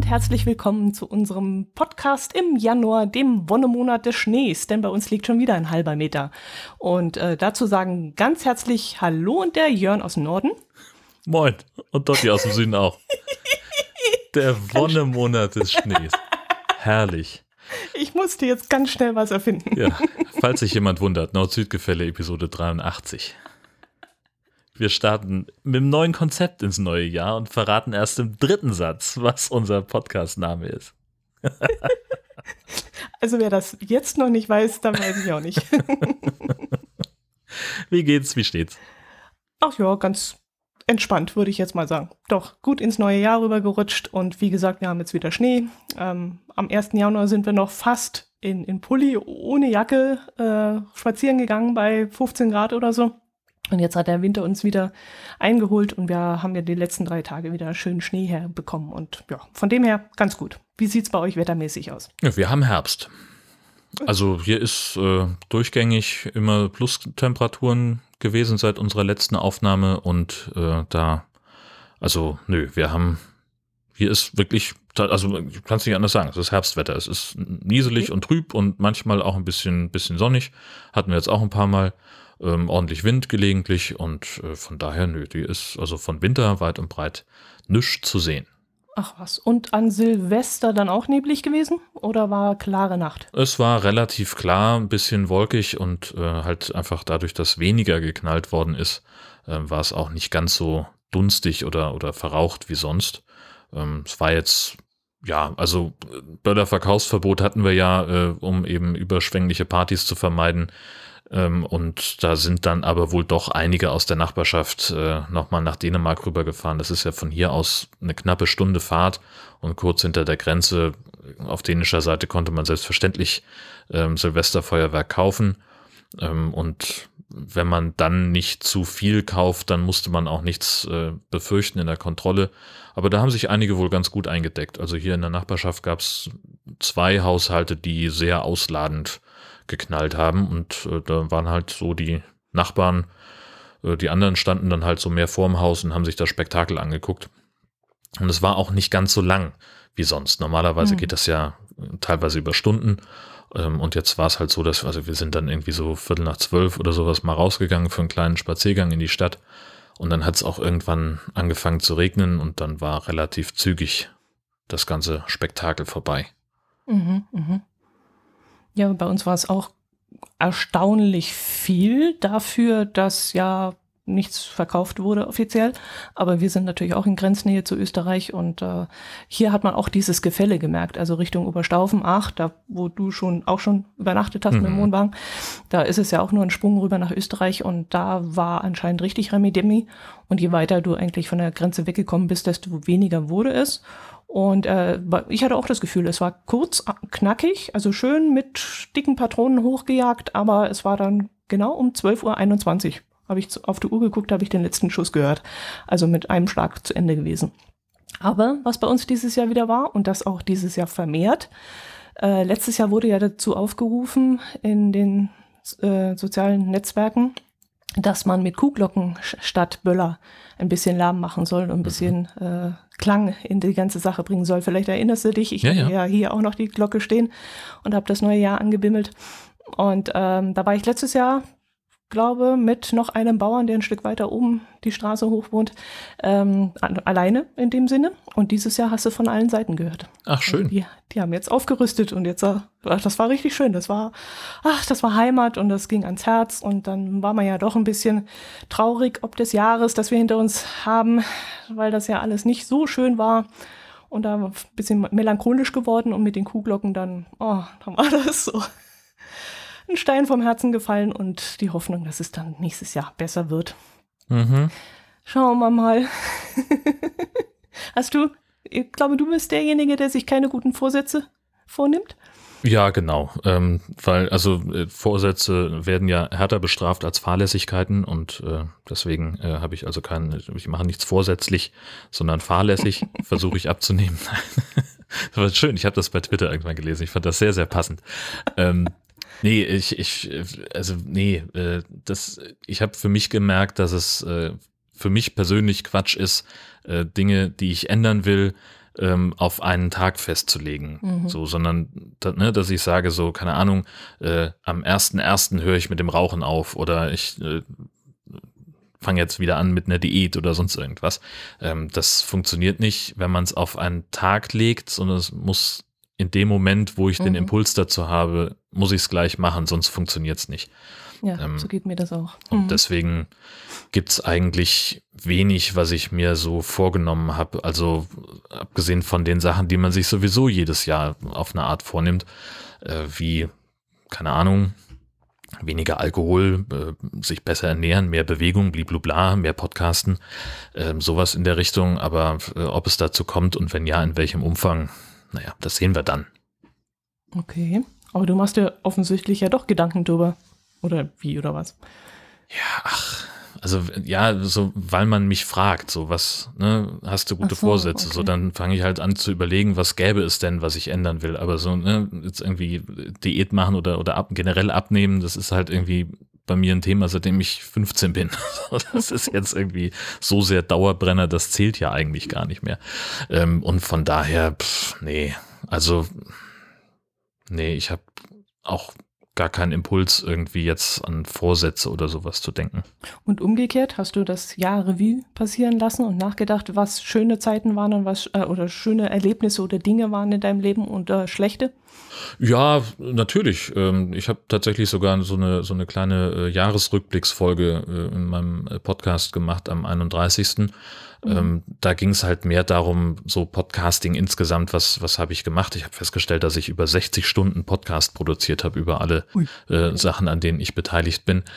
und herzlich willkommen zu unserem Podcast im Januar, dem Wonnemonat des Schnees, denn bei uns liegt schon wieder ein halber Meter. Und dazu sagen ganz herzlich Hallo und der Jörn aus dem Norden. Moin, und Dotti aus dem Süden auch. Der Wonnemonat des Schnees. Herrlich. Ich musste jetzt ganz schnell was erfinden. Ja, falls sich jemand wundert, Nord-Süd-Gefälle, Episode 83. Wir starten mit einem neuen Konzept ins neue Jahr und verraten erst im dritten Satz, was unser Podcast-Name ist. Also wer das jetzt noch nicht weiß, dann weiß ich auch nicht. Wie geht's, wie steht's? Ach ja, ganz entspannt, würde ich jetzt mal sagen. Doch, gut ins neue Jahr rübergerutscht und wie gesagt, wir haben jetzt wieder Schnee. Am 1. Januar sind wir noch fast in Pulli ohne Jacke spazieren gegangen bei 15 Grad oder so. Und jetzt hat der Winter uns wieder eingeholt und wir haben ja die letzten 3 Tage wieder schön Schnee herbekommen. Und ja, von dem her ganz gut. Wie sieht's bei euch wettermäßig aus? Ja, wir haben Herbst. Also hier ist durchgängig immer Plustemperaturen gewesen seit unserer letzten Aufnahme und hier ist wirklich, also ich kann es nicht anders sagen, es ist Herbstwetter. Es ist nieselig und trüb und manchmal auch ein bisschen sonnig. Hatten wir jetzt auch ein paar Mal. Ordentlich Wind gelegentlich und von daher, die ist also von Winter weit und breit nichts zu sehen. Ach was, und an Silvester dann auch neblig gewesen oder war klare Nacht? Es war relativ klar, ein bisschen wolkig und halt einfach dadurch, dass weniger geknallt worden ist, war es auch nicht ganz so dunstig oder verraucht wie sonst. Es war jetzt, ja, also Böllerverkaufsverbot hatten wir ja, um eben überschwängliche Partys zu vermeiden. Und da sind dann aber wohl doch einige aus der Nachbarschaft nochmal nach Dänemark rübergefahren. Das ist ja von hier aus eine knappe Stunde Fahrt und kurz hinter der Grenze auf dänischer Seite konnte man selbstverständlich Silvesterfeuerwerk kaufen. Und wenn man dann nicht zu viel kauft, dann musste man auch nichts befürchten in der Kontrolle. Aber da haben sich einige wohl ganz gut eingedeckt. Also hier in der Nachbarschaft gab es 2 Haushalte, die sehr ausladend geknallt haben und da waren halt so die Nachbarn, die anderen standen dann halt so mehr vorm Haus und haben sich das Spektakel angeguckt. Und es war auch nicht ganz so lang wie sonst. Normalerweise geht das ja teilweise über Stunden und jetzt war es halt so, dass, also wir sind dann irgendwie so 11:45 oder sowas mal rausgegangen für einen kleinen Spaziergang in die Stadt und dann hat es auch irgendwann angefangen zu regnen und dann war relativ zügig das ganze Spektakel vorbei. Ja, bei uns war es auch erstaunlich viel dafür, dass ja nichts verkauft wurde offiziell. Aber wir sind natürlich auch in Grenznähe zu Österreich und hier hat man auch dieses Gefälle gemerkt. Also Richtung Oberstaufen, da wo du auch schon übernachtet hast mit dem Wohnwagen, da ist es ja auch nur ein Sprung rüber nach Österreich und da war anscheinend richtig Remi-Demi. Und je weiter du eigentlich von der Grenze weggekommen bist, desto weniger wurde es. Und ich hatte auch das Gefühl, es war kurz, knackig, also schön mit dicken Patronen hochgejagt, aber es war dann genau um 12:21 Uhr. Habe ich auf die Uhr geguckt, habe ich den letzten Schuss gehört. Also mit einem Schlag zu Ende gewesen. Aber was bei uns dieses Jahr wieder war und das auch dieses Jahr vermehrt, letztes Jahr wurde ja dazu aufgerufen in den sozialen Netzwerken, dass man mit Kuhglocken statt Böller ein bisschen Lärm machen soll und ein bisschen Klang in die ganze Sache bringen soll. Vielleicht erinnerst du dich, ich hatte ja hier auch noch die Glocke stehen und habe das neue Jahr angebimmelt. Und da war ich letztes Jahr, glaube mit noch einem Bauern, der ein Stück weiter oben die Straße hoch wohnt, alleine in dem Sinne. Und dieses Jahr hast du von allen Seiten gehört. Ach, schön. Also die haben jetzt aufgerüstet und jetzt, das war richtig schön. Das war Heimat und das ging ans Herz. Und dann war man ja doch ein bisschen traurig ob des Jahres, das wir hinter uns haben, weil das ja alles nicht so schön war. Und da ein bisschen melancholisch geworden und mit den Kuhglocken dann war das so ein Stein vom Herzen gefallen und die Hoffnung, dass es dann nächstes Jahr besser wird. Schauen wir mal. Ich glaube, du bist derjenige, der sich keine guten Vorsätze vornimmt? Ja, genau, weil Vorsätze werden ja härter bestraft als Fahrlässigkeiten und deswegen habe ich also ich mache nichts vorsätzlich, sondern fahrlässig versuche ich abzunehmen. Das war schön, ich habe das bei Twitter irgendwann gelesen, ich fand das sehr, sehr passend. Ich habe für mich gemerkt, dass es für mich persönlich Quatsch ist, Dinge, die ich ändern will, auf einen Tag festzulegen, so, sondern dass ich sage so, keine Ahnung, am 1.1. höre ich mit dem Rauchen auf oder ich fange jetzt wieder an mit einer Diät oder sonst irgendwas. Das funktioniert nicht, wenn man es auf einen Tag legt, sondern es muss in dem Moment, wo ich den Impuls dazu habe, muss ich es gleich machen, sonst funktioniert es nicht. Ja, so geht mir das auch. Und deswegen gibt es eigentlich wenig, was ich mir so vorgenommen habe. Also abgesehen von den Sachen, die man sich sowieso jedes Jahr auf eine Art vornimmt, wie, keine Ahnung, weniger Alkohol, sich besser ernähren, mehr Bewegung, bliblubla, mehr Podcasten, sowas in der Richtung. Aber ob es dazu kommt und wenn ja, in welchem Umfang, naja, das sehen wir dann. Okay, aber du machst dir offensichtlich ja doch Gedanken drüber. Oder wie, oder was? Ja, so, weil man mich fragt, so was, ne, hast du gute Vorsätze? Okay. So, dann fange ich halt an zu überlegen, was gäbe es denn, was ich ändern will. Aber so, ne, jetzt irgendwie Diät machen oder generell abnehmen, das ist halt irgendwie bei mir ein Thema, seitdem ich 15 bin. Das ist jetzt irgendwie so sehr Dauerbrenner, das zählt ja eigentlich gar nicht mehr. Und von daher, nee, ich habe auch gar keinen Impuls, irgendwie jetzt an Vorsätze oder sowas zu denken. Und umgekehrt, hast du das Jahr Revue passieren lassen und nachgedacht, was schöne Zeiten waren und was oder schöne Erlebnisse oder Dinge waren in deinem Leben und schlechte? Ja, natürlich. Ich habe tatsächlich sogar so eine kleine Jahresrückblicksfolge in meinem Podcast gemacht am 31. Da ging es halt mehr darum, so Podcasting insgesamt, was habe ich gemacht? Ich habe festgestellt, dass ich über 60 Stunden Podcast produziert habe, über alle Sachen, an denen ich beteiligt bin.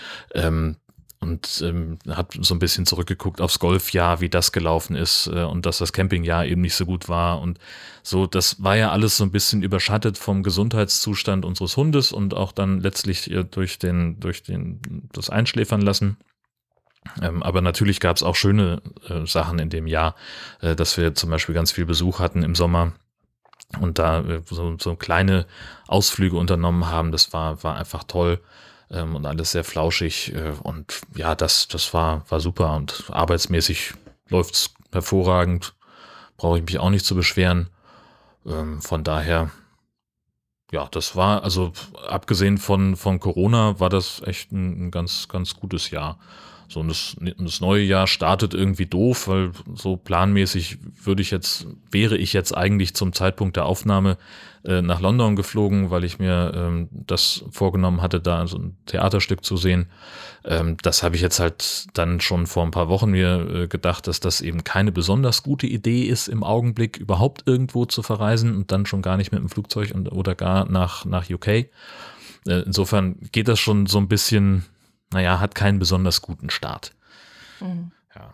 Und hat so ein bisschen zurückgeguckt aufs Golfjahr, wie das gelaufen ist und dass das Campingjahr eben nicht so gut war und so. Das war ja alles so ein bisschen überschattet vom Gesundheitszustand unseres Hundes und auch dann letztlich durch das Einschläfern lassen. Aber natürlich gab es auch schöne Sachen in dem Jahr, dass wir zum Beispiel ganz viel Besuch hatten im Sommer und da so kleine Ausflüge unternommen haben. Das war einfach toll. Und alles sehr flauschig und ja, das war super und arbeitsmäßig läuft's hervorragend, brauche ich mich auch nicht zu beschweren. Von daher, ja, das war, also abgesehen von Corona, war das echt ein ganz, ganz gutes Jahr. So, und das neue Jahr startet irgendwie doof, weil so planmäßig wäre ich jetzt eigentlich zum Zeitpunkt der Aufnahme nach London geflogen, weil ich mir das vorgenommen hatte, da so ein Theaterstück zu sehen. Das habe ich jetzt halt dann schon vor ein paar Wochen mir gedacht, dass das eben keine besonders gute Idee ist, im Augenblick überhaupt irgendwo zu verreisen und dann schon gar nicht mit dem Flugzeug oder gar nach UK. Insofern geht das schon so ein bisschen, naja, hat keinen besonders guten Start. Ja.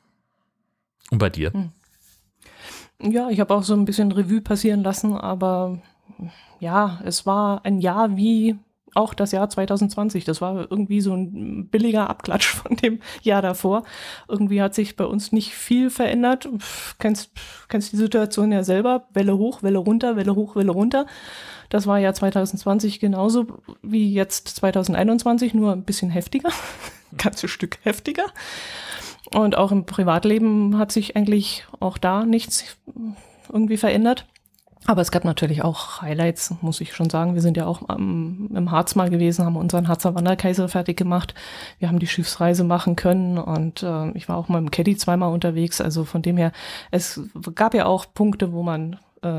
Und bei dir? Ja, ich habe auch so ein bisschen Revue passieren lassen, aber ja, es war ein Jahr wie auch das Jahr 2020. Das war irgendwie so ein billiger Abklatsch von dem Jahr davor. Irgendwie hat sich bei uns nicht viel verändert. Kennst die Situation ja selber. Welle hoch, Welle runter, Welle hoch, Welle runter. Das war ja 2020 genauso wie jetzt 2021, nur ein bisschen heftiger. Ein ganzes Stück heftiger. Und auch im Privatleben hat sich eigentlich auch da nichts irgendwie verändert. Aber es gab natürlich auch Highlights, muss ich schon sagen. Wir sind ja auch im Harz mal gewesen, haben unseren Harzer Wanderkaiser fertig gemacht. Wir haben die Schiffsreise machen können und ich war auch mal im Caddy zweimal unterwegs. Also von dem her, es gab ja auch Punkte, wo man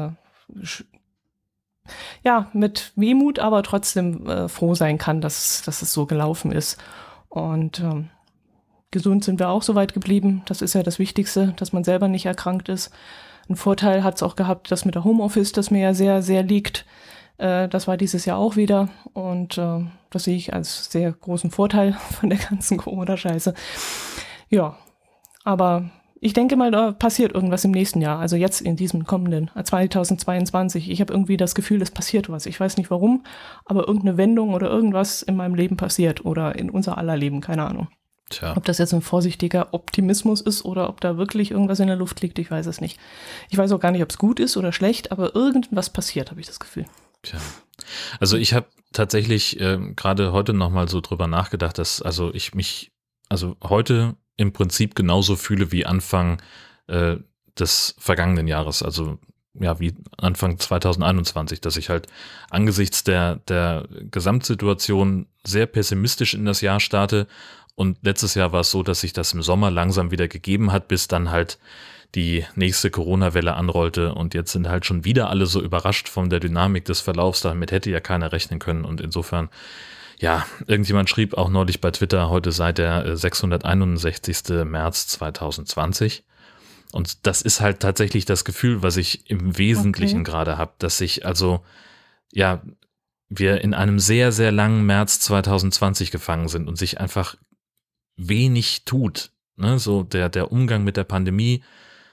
mit Wehmut, aber trotzdem froh sein kann, dass es so gelaufen ist. Und gesund sind wir auch so weit geblieben. Das ist ja das Wichtigste, dass man selber nicht erkrankt ist. Ein Vorteil hat es auch gehabt, das mit der Homeoffice, das mir ja sehr, sehr liegt. Das war dieses Jahr auch wieder. Und das sehe ich als sehr großen Vorteil von der ganzen Corona-Scheiße. Ja, aber ich denke mal, da passiert irgendwas im nächsten Jahr. Also jetzt in diesem kommenden 2022. Ich habe irgendwie das Gefühl, es passiert was. Ich weiß nicht warum, aber irgendeine Wendung oder irgendwas in meinem Leben passiert oder in unser aller Leben, keine Ahnung. Tja. Ob das jetzt ein vorsichtiger Optimismus ist oder ob da wirklich irgendwas in der Luft liegt, ich weiß es nicht. Ich weiß auch gar nicht, ob es gut ist oder schlecht, aber irgendwas passiert, habe ich das Gefühl. Tja. Also ich habe tatsächlich gerade heute nochmal so drüber nachgedacht, dass ich mich heute im Prinzip genauso fühle wie Anfang des vergangenen Jahres, also ja, wie Anfang 2021, dass ich halt angesichts der Gesamtsituation sehr pessimistisch in das Jahr starte. Und letztes Jahr war es so, dass sich das im Sommer langsam wieder gegeben hat, bis dann halt die nächste Corona-Welle anrollte. Und jetzt sind halt schon wieder alle so überrascht von der Dynamik des Verlaufs. Damit hätte ja keiner rechnen können. Und insofern, ja, irgendjemand schrieb auch neulich bei Twitter, heute sei der 661. März 2020. Und das ist halt tatsächlich das Gefühl, was ich im Wesentlichen gerade habe, dass sich also, ja, wir in einem sehr, sehr langen März 2020 gefangen sind und sich einfach wenig tut. Ne? So der Umgang mit der Pandemie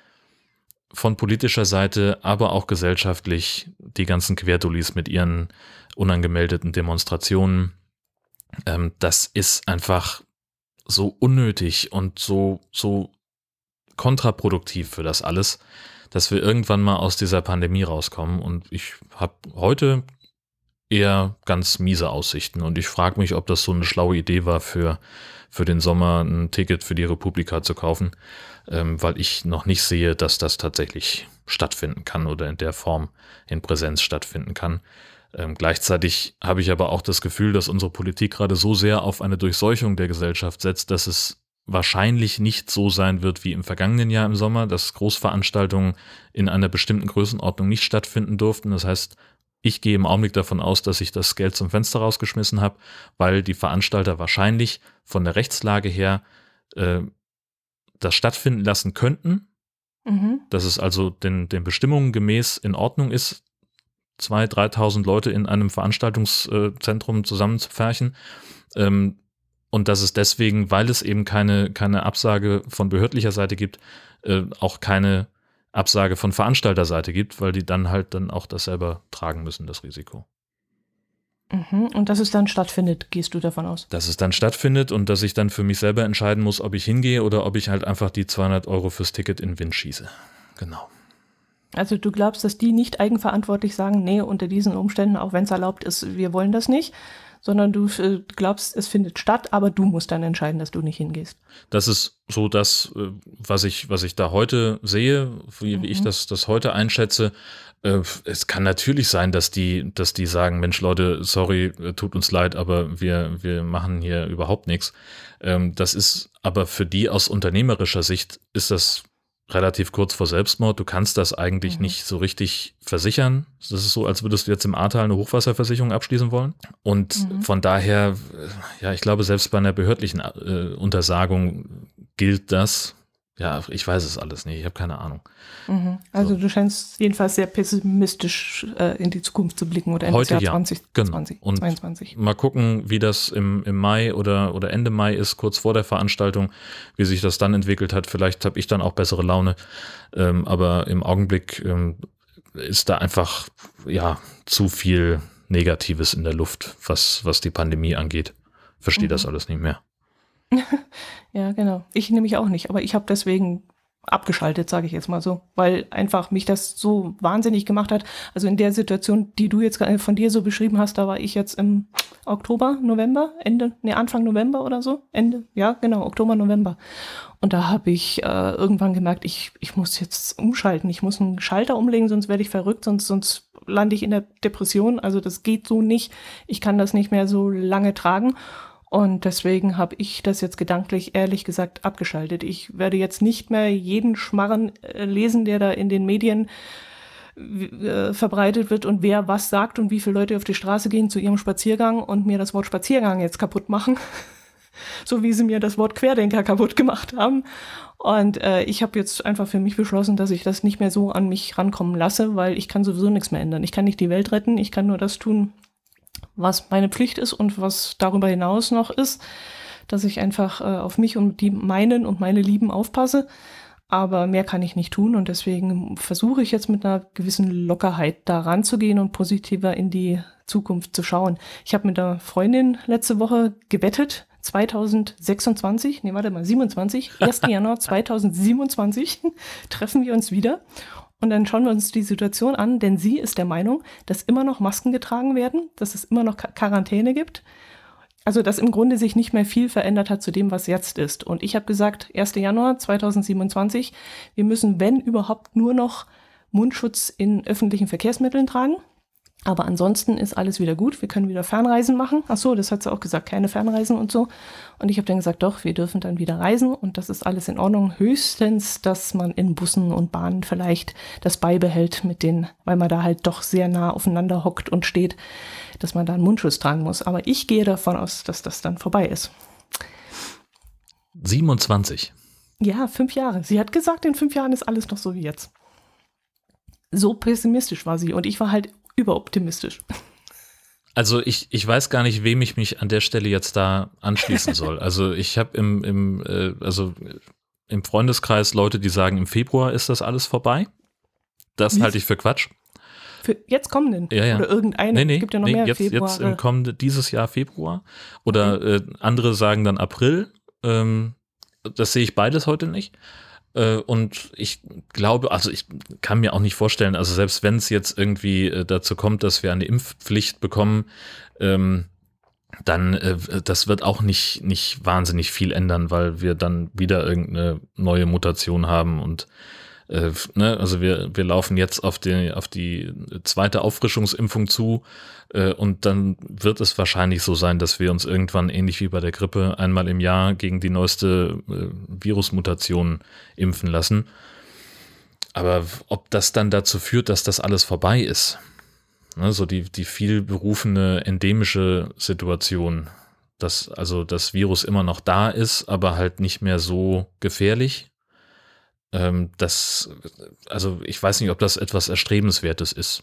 von politischer Seite, aber auch gesellschaftlich, die ganzen Querdulis mit ihren unangemeldeten Demonstrationen, das ist einfach so unnötig und so kontraproduktiv für das alles, dass wir irgendwann mal aus dieser Pandemie rauskommen. Und ich habe heute eher ganz miese Aussichten. Und ich frage mich, ob das so eine schlaue Idee war, für den Sommer ein Ticket für die Republika zu kaufen, weil ich noch nicht sehe, dass das tatsächlich stattfinden kann oder in der Form in Präsenz stattfinden kann. Gleichzeitig habe ich aber auch das Gefühl, dass unsere Politik gerade so sehr auf eine Durchseuchung der Gesellschaft setzt, dass es wahrscheinlich nicht so sein wird wie im vergangenen Jahr im Sommer, dass Großveranstaltungen in einer bestimmten Größenordnung nicht stattfinden durften. Das heißt, ich gehe im Augenblick davon aus, dass ich das Geld zum Fenster rausgeschmissen habe, weil die Veranstalter wahrscheinlich von der Rechtslage her das stattfinden lassen könnten, dass es also den Bestimmungen gemäß in Ordnung ist, 2.000, 3.000 Leute in einem Veranstaltungszentrum zusammenzupferchen, und dass es deswegen, weil es eben keine Absage von behördlicher Seite gibt, auch keine Absage von Veranstalterseite gibt, weil die dann halt dann auch das selber tragen müssen, das Risiko. Und dass es dann stattfindet, gehst du davon aus? Dass es dann stattfindet und dass ich dann für mich selber entscheiden muss, ob ich hingehe oder ob ich halt einfach die 200 € fürs Ticket in den Wind schieße. Genau. Also du glaubst, dass die nicht eigenverantwortlich sagen, nee, unter diesen Umständen, auch wenn es erlaubt ist, wir wollen das nicht, sondern du glaubst, es findet statt, aber du musst dann entscheiden, dass du nicht hingehst. Das ist so das, was ich da heute sehe, wie ich das heute einschätze. Es kann natürlich sein, dass die sagen, Mensch Leute, sorry, tut uns leid, aber wir machen hier überhaupt nichts. Das ist aber für die aus unternehmerischer Sicht ist das relativ kurz vor Selbstmord. Du kannst das eigentlich nicht so richtig versichern. Das ist so, als würdest du jetzt im Ahrtal eine Hochwasserversicherung abschließen wollen. Und von daher, ja, ich glaube, selbst bei einer behördlichen Untersagung gilt das. Ja, ich weiß es alles nicht. Ich habe keine Ahnung. Also du scheinst jedenfalls sehr pessimistisch in die Zukunft zu blicken oder in das Jahr 2020, und 2022. Mal gucken, wie das im Mai oder Ende Mai ist, kurz vor der Veranstaltung, wie sich das dann entwickelt hat. Vielleicht habe ich dann auch bessere Laune. Aber im Augenblick ist da einfach zu viel Negatives in der Luft, was die Pandemie angeht. Verstehe das alles nicht mehr. Ja, genau. Ich nämlich auch nicht, aber ich habe deswegen abgeschaltet, sage ich jetzt mal so, weil einfach mich das so wahnsinnig gemacht hat. Also in der Situation, die du jetzt von dir so beschrieben hast, da war ich jetzt im Oktober, November, Anfang November oder so, Oktober, November. Und da habe ich irgendwann gemerkt, ich muss jetzt umschalten, ich muss einen Schalter umlegen, sonst werde ich verrückt, sonst lande ich in der Depression. Also das geht so nicht, ich kann das nicht mehr so lange tragen. Und deswegen habe ich das jetzt gedanklich, ehrlich gesagt, abgeschaltet. Ich werde jetzt nicht mehr jeden Schmarren lesen, der da in den Medien verbreitet wird und wer was sagt und wie viele Leute auf die Straße gehen zu ihrem Spaziergang und mir das Wort Spaziergang jetzt kaputt machen. So wie sie mir das Wort Querdenker kaputt gemacht haben. Und ich habe jetzt einfach für mich beschlossen, dass ich das nicht mehr so an mich rankommen lasse, weil ich kann sowieso nichts mehr ändern. Ich kann nicht die Welt retten, ich kann nur das tun, was meine Pflicht ist und was darüber hinaus noch ist, dass ich einfach auf mich und die meinen und meine Lieben aufpasse. Aber mehr kann ich nicht tun und deswegen versuche ich jetzt mit einer gewissen Lockerheit da ranzugehen und positiver in die Zukunft zu schauen. Ich habe mit einer Freundin letzte Woche gewettet, 27, 1. Januar 2027 treffen wir uns wieder. Und dann schauen wir uns die Situation an, denn sie ist der Meinung, dass immer noch Masken getragen werden, dass es immer noch Quarantäne gibt. Also, dass im Grunde sich nicht mehr viel verändert hat zu dem, was jetzt ist. Und ich habe gesagt, 1. Januar 2027, wir müssen, wenn überhaupt, nur noch Mundschutz in öffentlichen Verkehrsmitteln tragen. Aber ansonsten ist alles wieder gut. Wir können wieder Fernreisen machen. Ach so, das hat sie auch gesagt, keine Fernreisen und so. Und ich habe dann gesagt, doch, wir dürfen dann wieder reisen und das ist alles in Ordnung. Höchstens, dass man in Bussen und Bahnen vielleicht das beibehält mit den, weil man da halt doch sehr nah aufeinander hockt und steht, dass man da einen Mundschutz tragen muss. Aber ich gehe davon aus, dass das dann vorbei ist. 27. Ja, 5 Jahre. Sie hat gesagt, in 5 Jahren ist alles noch so wie jetzt. So pessimistisch war sie und ich war halt überoptimistisch. Also ich weiß gar nicht, wem ich mich an der Stelle jetzt da anschließen soll. Also ich habe im Freundeskreis Leute, die sagen, im Februar ist das alles vorbei. Das halte ich für Quatsch. Für jetzt kommenden? Ja. Oder irgendeinen? Nee, es gibt ja noch mehr jetzt im kommenden, dieses Jahr Februar. Oder andere sagen dann April. Das sehe ich beides heute nicht. Und ich glaube, also ich kann mir auch nicht vorstellen, also selbst wenn es jetzt irgendwie dazu kommt, dass wir eine Impfpflicht bekommen, dann das wird auch nicht wahnsinnig viel ändern, weil wir dann wieder irgendeine neue Mutation haben und also wir laufen jetzt auf die zweite Auffrischungsimpfung zu und dann wird es wahrscheinlich so sein, dass wir uns irgendwann ähnlich wie bei der Grippe einmal im Jahr gegen die neueste Virusmutation impfen lassen. Aber ob das dann dazu führt, dass das alles vorbei ist, ne, so die viel berufene endemische Situation, dass also das Virus immer noch da ist, aber halt nicht mehr so gefährlich. Also ich weiß nicht, ob das etwas Erstrebenswertes ist.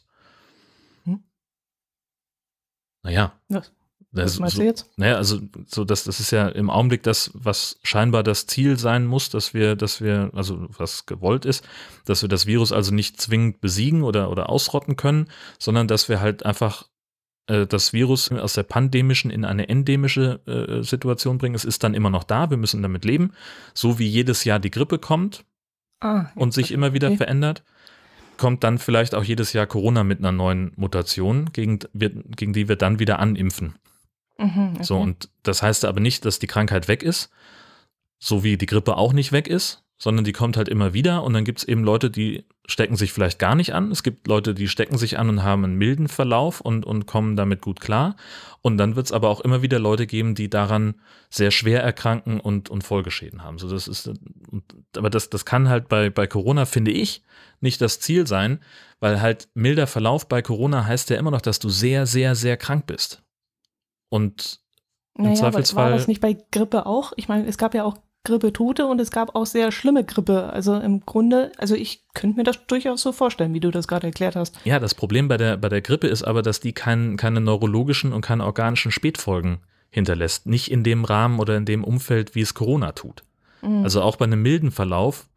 Naja. Was meinst du jetzt? Naja, also so das ist ja im Augenblick das, was scheinbar das Ziel sein muss, dass wir, also was gewollt ist, dass wir das Virus also nicht zwingend besiegen oder ausrotten können, sondern dass wir halt einfach das Virus aus der pandemischen in eine endemische Situation bringen. Es ist dann immer noch da, wir müssen damit leben, so wie jedes Jahr die Grippe kommt. Und sich immer wieder verändert, kommt dann vielleicht auch jedes Jahr Corona mit einer neuen Mutation, gegen die wir dann wieder animpfen. Okay. So, und das heißt aber nicht, dass die Krankheit weg ist, so wie die Grippe auch nicht weg ist, sondern die kommt halt immer wieder und dann gibt es eben Leute, die stecken sich vielleicht gar nicht an. Es gibt Leute, die stecken sich an und haben einen milden Verlauf und kommen damit gut klar. Und dann wird es aber auch immer wieder Leute geben, die daran sehr schwer erkranken und Folgeschäden haben. So, aber das kann halt bei Corona, finde ich, nicht das Ziel sein, weil halt milder Verlauf bei Corona heißt ja immer noch, dass du sehr, sehr, sehr krank bist. Und im Zweifelsfall. War das nicht bei Grippe auch? Ich meine, es gab ja auch Grippetote und es gab auch sehr schlimme Grippe. Also im Grunde, also ich könnte mir das durchaus so vorstellen, wie du das gerade erklärt hast. Ja, das Problem bei der Grippe ist aber, dass die keine neurologischen und keine organischen Spätfolgen hinterlässt. Nicht in dem Rahmen oder in dem Umfeld, wie es Corona tut. Also auch bei einem milden Verlauf,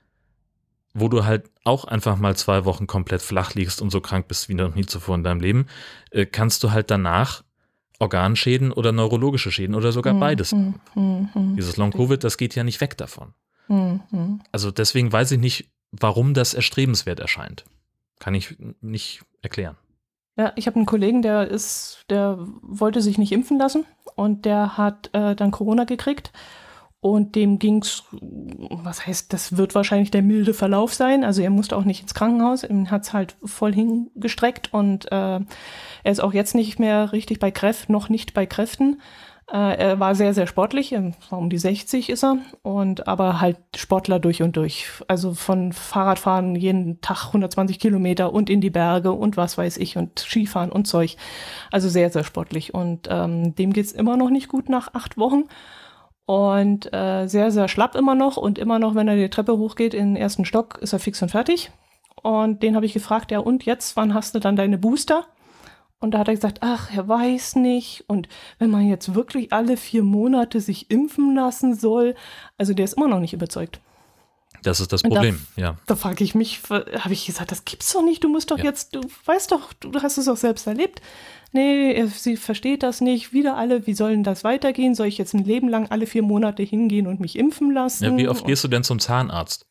wo du halt auch einfach mal 2 Wochen komplett flach liegst und so krank bist wie noch nie zuvor in deinem Leben, kannst du halt danach Organschäden oder neurologische Schäden oder sogar beides. Dieses Long-Covid, das geht ja nicht weg davon. Also deswegen weiß ich nicht, warum das erstrebenswert erscheint. Kann ich nicht erklären. Ja, ich habe einen Kollegen, der wollte sich nicht impfen lassen und der hat dann Corona gekriegt. Und dem ging's, was heißt, das wird wahrscheinlich der milde Verlauf sein. Also er musste auch nicht ins Krankenhaus, ihm hat's halt voll hingestreckt und er ist auch jetzt nicht mehr richtig bei Kräften, noch nicht bei Kräften. Er war sehr, sehr sportlich, war um die 60 ist er, aber halt Sportler durch und durch. Also von Fahrradfahren jeden Tag 120 Kilometer und in die Berge und was weiß ich und Skifahren und Zeug. Also sehr, sehr sportlich. Und dem geht's immer noch nicht gut nach 8 Wochen. Und sehr, sehr schlapp immer noch. Und immer noch, wenn er die Treppe hochgeht in den 1. Stock, ist er fix und fertig. Und den habe ich gefragt, ja und jetzt, wann hast du dann deine Booster? Und da hat er gesagt, ach, er weiß nicht. Und wenn man jetzt wirklich alle 4 Monate sich impfen lassen soll, also der ist immer noch nicht überzeugt. Das ist das Problem, ja. Da frage ich mich, habe ich gesagt, das gibt's doch nicht, du musst doch jetzt, du weißt doch, du hast es doch selbst erlebt. Nee, sie versteht das nicht, wieder alle, wie soll denn das weitergehen? Soll ich jetzt ein Leben lang alle 4 Monate hingehen und mich impfen lassen? Ja, wie oft gehst du denn zum Zahnarzt?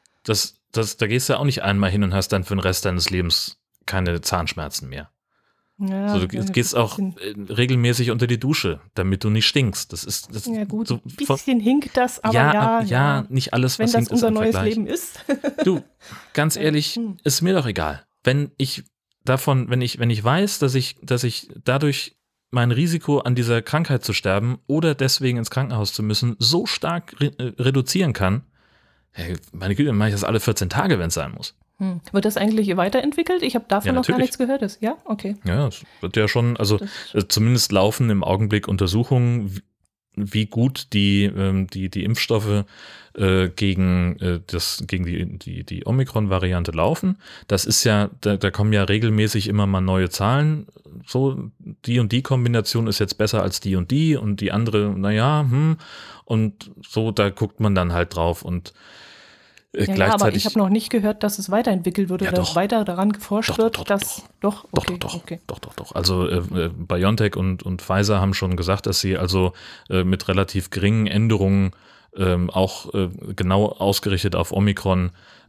Da gehst du ja auch nicht einmal hin und hast dann für den Rest deines Lebens keine Zahnschmerzen mehr. Ja, So, du gehst auch regelmäßig unter die Dusche, damit du nicht stinkst. Das ja gut, so ein bisschen hinkt das, aber ja, nicht alles, wenn was das hinkt, ist unser im neues Vergleich. Leben ist. Du, ganz ehrlich, ist mir doch egal. Wenn ich weiß, dass ich dadurch mein Risiko an dieser Krankheit zu sterben oder deswegen ins Krankenhaus zu müssen, so stark reduzieren kann, hey, meine Güte, dann mache ich das alle 14 Tage, wenn es sein muss. Wird das eigentlich weiterentwickelt? Ich habe davon Ja, noch gar natürlich. nichts gehört. Ja, okay. Ja, es wird ja schon, also zumindest laufen im Augenblick Untersuchungen, wie gut die Impfstoffe gegen die Omikron-Variante laufen. Das ist ja, da kommen ja regelmäßig immer mal neue Zahlen. So, die und die Kombination ist jetzt besser als die und die andere, naja, und so, da guckt man dann halt drauf und Ja, aber ich habe noch nicht gehört, dass es weiterentwickelt wird oder weiter daran geforscht wird, dass Doch. Also BioNTech und Pfizer haben schon gesagt, dass sie also mit relativ geringen Änderungen auch genau ausgerichtet auf Omikron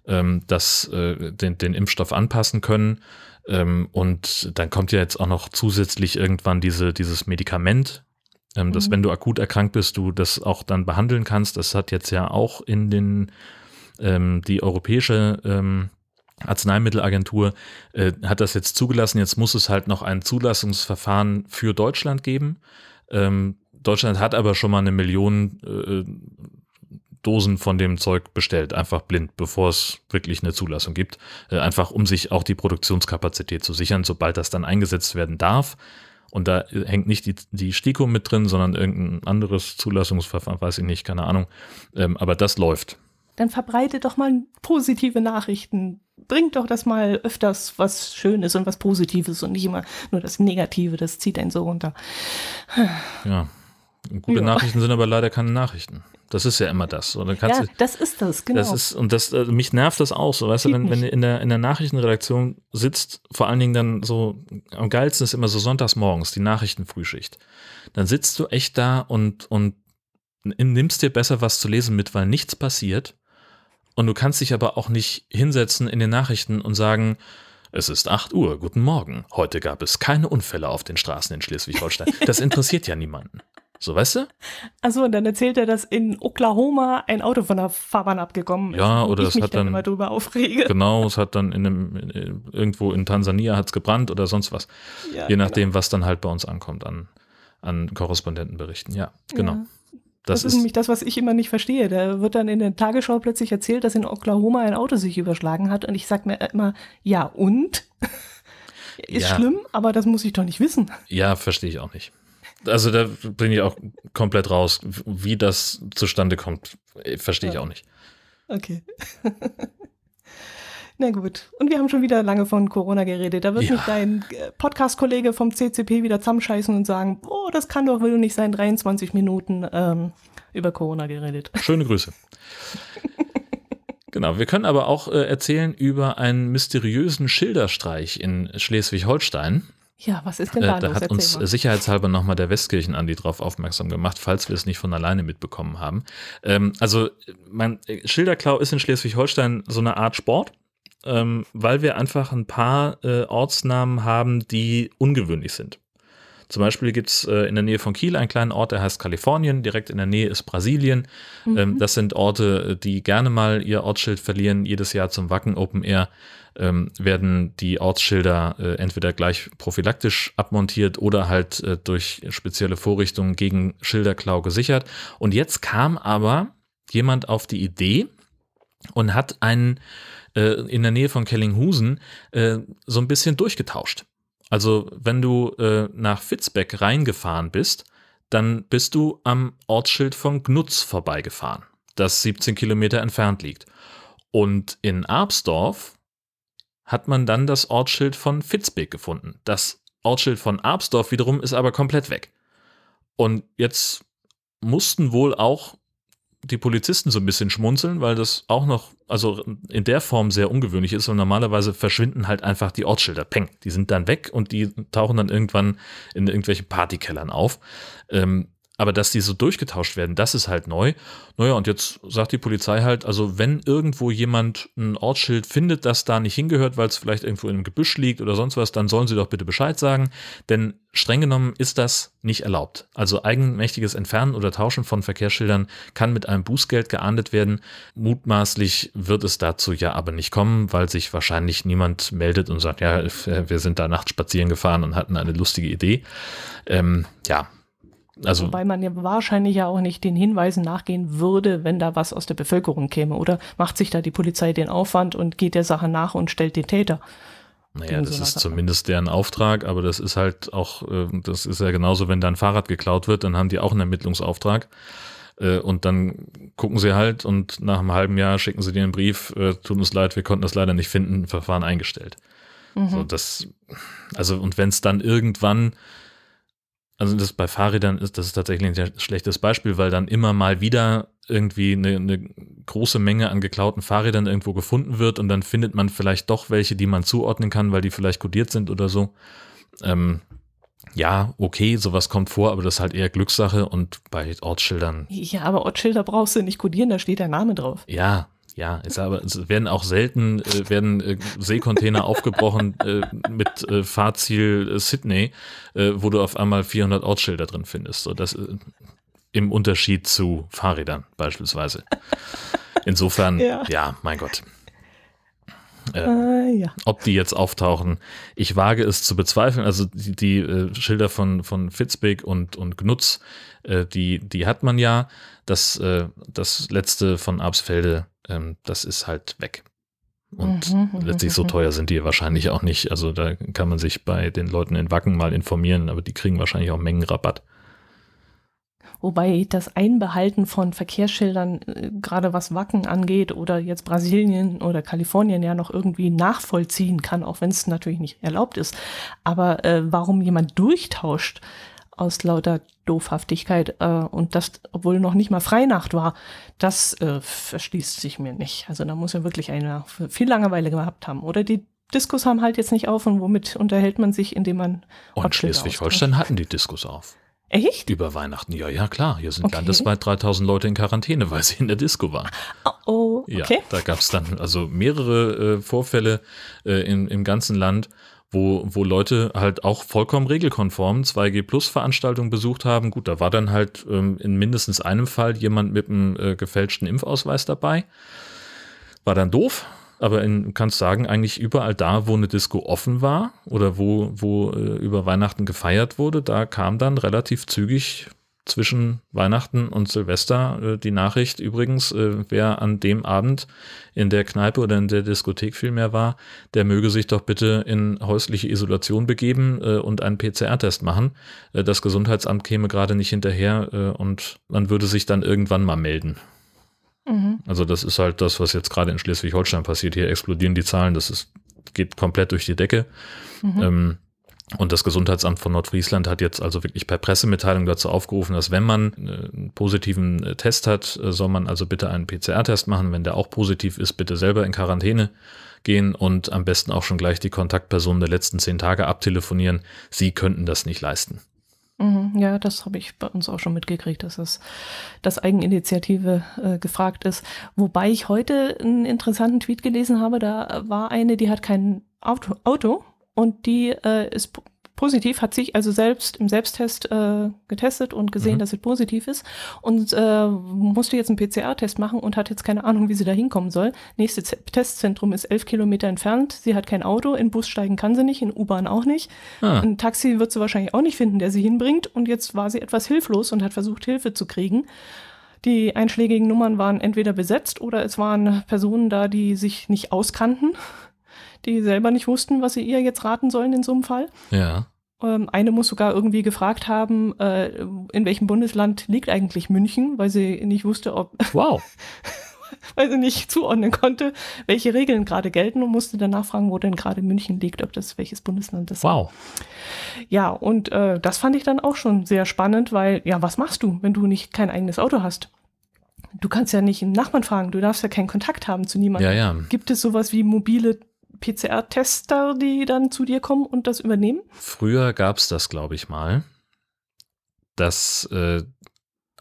den Impfstoff anpassen können. Und dann kommt ja jetzt auch noch zusätzlich irgendwann dieses Medikament, dass wenn du akut erkrankt bist, du das auch dann behandeln kannst. Das hat jetzt ja auch die europäische Arzneimittelagentur hat das jetzt zugelassen. Jetzt muss es halt noch ein Zulassungsverfahren für Deutschland geben. Deutschland hat aber schon mal 1 Million Dosen von dem Zeug bestellt, einfach blind, bevor es wirklich eine Zulassung gibt. Einfach um sich auch die Produktionskapazität zu sichern, sobald das dann eingesetzt werden darf. Und da hängt nicht die STIKO mit drin, sondern irgendein anderes Zulassungsverfahren, weiß ich nicht, keine Ahnung. Aber das läuft. Dann verbreitet doch mal positive Nachrichten. Bringt doch das mal öfters was Schönes und was Positives und nicht immer nur das Negative, das zieht einen so runter. Ja, gute Nachrichten sind aber leider keine Nachrichten. Das ist ja immer das. Oder das ist das, genau. Mich nervt das auch so, weißt du, wenn du in der Nachrichtenredaktion sitzt, vor allen Dingen dann so, am geilsten ist immer so sonntags morgens, die Nachrichtenfrühschicht. Dann sitzt du echt da und nimmst dir besser was zu lesen mit, weil nichts passiert. Und du kannst dich aber auch nicht hinsetzen in den Nachrichten und sagen, es ist 8 Uhr, guten Morgen. Heute gab es keine Unfälle auf den Straßen in Schleswig-Holstein. Das interessiert ja niemanden. So, weißt du? Achso, und dann erzählt er, dass in Oklahoma ein Auto von der Fahrbahn abgekommen ist. Ja, oder es hat dann immer drüber aufrege. Genau, es hat dann irgendwo in Tansania hat's gebrannt oder sonst was. Ja, je nachdem, was dann halt bei uns ankommt an Korrespondentenberichten. Ja, genau. Ja. Das ist nämlich das, was ich immer nicht verstehe. Da wird dann in der Tagesschau plötzlich erzählt, dass in Oklahoma ein Auto sich überschlagen hat. Und ich sage mir immer, ja und? Ist schlimm, aber das muss ich doch nicht wissen. Ja, verstehe ich auch nicht. Also da bin ich auch komplett raus. Wie das zustande kommt, verstehe ich auch nicht. Okay. Na gut. Und wir haben schon wieder lange von Corona geredet. Da wird mich dein Podcast-Kollege vom CCP wieder zusammenscheißen und sagen, oh, das kann doch wohl nicht sein, 23 Minuten über Corona geredet. Schöne Grüße. Genau, wir können aber auch erzählen über einen mysteriösen Schilderstreich in Schleswig-Holstein. Ja, was ist denn da los? Da hat uns sicherheitshalber nochmal der Westkirchen-Andi drauf aufmerksam gemacht, falls wir es nicht von alleine mitbekommen haben. Schilderklau ist in Schleswig-Holstein so eine Art Sport. Weil wir einfach ein paar Ortsnamen haben, die ungewöhnlich sind. Zum Beispiel gibt es in der Nähe von Kiel einen kleinen Ort, der heißt Kalifornien, direkt in der Nähe ist Brasilien. Das sind Orte, die gerne mal ihr Ortsschild verlieren. Jedes Jahr zum Wacken Open Air werden die Ortsschilder entweder gleich prophylaktisch abmontiert oder halt durch spezielle Vorrichtungen gegen Schilderklau gesichert. Und jetzt kam aber jemand auf die Idee und hat einen in der Nähe von Kellinghusen so ein bisschen durchgetauscht. Also wenn du nach Vitzbeck reingefahren bist, dann bist du am Ortsschild von Gnutz vorbeigefahren, das 17 Kilometer entfernt liegt. Und in Arpsdorf hat man dann das Ortsschild von Vitzbeck gefunden. Das Ortsschild von Arpsdorf wiederum ist aber komplett weg. Und jetzt mussten wohl auch die Polizisten so ein bisschen schmunzeln, weil das auch noch, also in der Form sehr ungewöhnlich ist und normalerweise verschwinden halt einfach die Ortsschilder. Peng, die sind dann weg und die tauchen dann irgendwann in irgendwelchen Partykellern auf. Aber dass die so durchgetauscht werden, das ist halt neu. Naja, und jetzt sagt die Polizei halt, also wenn irgendwo jemand ein Ortsschild findet, das da nicht hingehört, weil es vielleicht irgendwo in einem Gebüsch liegt oder sonst was, dann sollen sie doch bitte Bescheid sagen, denn streng genommen ist das nicht erlaubt. Also eigenmächtiges Entfernen oder Tauschen von Verkehrsschildern kann mit einem Bußgeld geahndet werden. Mutmaßlich wird es dazu ja aber nicht kommen, weil sich wahrscheinlich niemand meldet und sagt, ja, wir sind da nachts spazieren gefahren und hatten eine lustige Idee. Ja, also, wobei man ja wahrscheinlich ja auch nicht den Hinweisen nachgehen würde, wenn da was aus der Bevölkerung käme. Oder macht sich da die Polizei den Aufwand und geht der Sache nach und stellt den Täter? naja, das ist zumindest deren Auftrag, aber das ist halt auch, das ist ja genauso, wenn da ein Fahrrad geklaut wird, dann haben die auch einen Ermittlungsauftrag. Und dann gucken sie halt und nach einem halben Jahr schicken sie dir einen Brief, tut uns leid, wir konnten das leider nicht finden, Verfahren eingestellt. So, also, und wenn es dann irgendwann, also das bei Fahrrädern ist, das ist tatsächlich ein schlechtes Beispiel, weil dann immer mal wieder irgendwie eine große Menge an geklauten Fahrrädern irgendwo gefunden wird und dann findet man vielleicht doch welche, die man zuordnen kann, weil die vielleicht kodiert sind oder so. Ja, okay, sowas kommt vor, aber das ist halt eher Glückssache und bei Ortsschildern. Ja, aber Ortsschilder brauchst du nicht kodieren, da steht der Name drauf. Ja, ist aber, es werden auch selten Seekontainer aufgebrochen mit Fahrziel Sydney, wo du auf einmal 400 Ortsschilder drin findest. So, das im Unterschied zu Fahrrädern beispielsweise. Insofern, ja mein Gott. Ob die jetzt auftauchen, ich wage es zu bezweifeln. Also die Schilder von Fitzbig und Gnutz, die hat man ja. Das letzte von Absfelde, das ist halt weg. Und letztlich so teuer sind die wahrscheinlich auch nicht. Also da kann man sich bei den Leuten in Wacken mal informieren, aber die kriegen wahrscheinlich auch Mengenrabatt. Wobei das Einbehalten von Verkehrsschildern, gerade was Wacken angeht oder jetzt Brasilien oder Kalifornien ja noch irgendwie nachvollziehen kann, auch wenn es natürlich nicht erlaubt ist. Aber warum jemand durchtauscht aus lauter Doofhaftigkeit und das, obwohl noch nicht mal Freinacht war, das verschließt sich mir nicht. Also da muss ja wirklich einer viel Langeweile gehabt haben. Oder die Diskos haben halt jetzt nicht auf und womit unterhält man sich, indem man Und Schleswig-Holstein hatten die Diskos auf. Echt? Über Weihnachten, ja klar. Hier sind landesweit 3000 Leute in Quarantäne, weil sie in der Disco waren. Oh, okay. Ja, da gab es dann also mehrere Vorfälle im ganzen Land, wo Leute halt auch vollkommen regelkonform 2G-Plus-Veranstaltungen besucht haben. Gut, da war dann halt in mindestens einem Fall jemand mit einem gefälschten Impfausweis dabei. War dann doof. Aber kannst sagen, eigentlich überall da, wo eine Disco offen war oder wo über Weihnachten gefeiert wurde, da kam dann relativ zügig zwischen Weihnachten und Silvester die Nachricht, übrigens, wer an dem Abend in der Kneipe oder in der Diskothek vielmehr war, der möge sich doch bitte in häusliche Isolation begeben und einen PCR-Test machen. Das Gesundheitsamt käme gerade nicht hinterher und man würde sich dann irgendwann mal melden. Also das ist halt das, was jetzt gerade in Schleswig-Holstein passiert. Hier explodieren die Zahlen, geht komplett durch die Decke. Und das Gesundheitsamt von Nordfriesland hat jetzt also wirklich per Pressemitteilung dazu aufgerufen, dass wenn man einen positiven Test hat, soll man also bitte einen PCR-Test machen. Wenn der auch positiv ist, bitte selber in Quarantäne gehen und am besten auch schon gleich die Kontaktpersonen der letzten 10 Tage abtelefonieren. Sie könnten das nicht leisten. Ja, das habe ich bei uns auch schon mitgekriegt, dass Eigeninitiative gefragt ist. Wobei ich heute einen interessanten Tweet gelesen habe, da war eine, die hat kein Auto und die ist positiv, hat sich also selbst im Selbsttest getestet und gesehen, dass sie positiv ist und musste jetzt einen PCR-Test machen und hat jetzt keine Ahnung, wie sie da hinkommen soll. Nächstes Testzentrum ist 11 Kilometer entfernt. Sie hat kein Auto, in Bus steigen kann sie nicht, in U-Bahn auch nicht. Ein Taxi wird sie wahrscheinlich auch nicht finden, der sie hinbringt und jetzt war sie etwas hilflos und hat versucht, Hilfe zu kriegen. Die einschlägigen Nummern waren entweder besetzt oder es waren Personen da, die sich nicht auskannten, die selber nicht wussten, was sie ihr jetzt raten sollen in so einem Fall. Ja. Eine muss sogar irgendwie gefragt haben, in welchem Bundesland liegt eigentlich München, weil sie nicht wusste, weil sie nicht zuordnen konnte, welche Regeln gerade gelten und musste dann nachfragen, wo denn gerade München liegt, welches Bundesland das ist. Wow. Ja, und das fand ich dann auch schon sehr spannend, weil, ja, was machst du, wenn du kein eigenes Auto hast? Du kannst ja nicht einen Nachbarn fragen, du darfst ja keinen Kontakt haben zu niemandem. Ja. Gibt es sowas wie mobile PCR-Tester, die dann zu dir kommen und das übernehmen? Früher gab es das, glaube ich mal, dass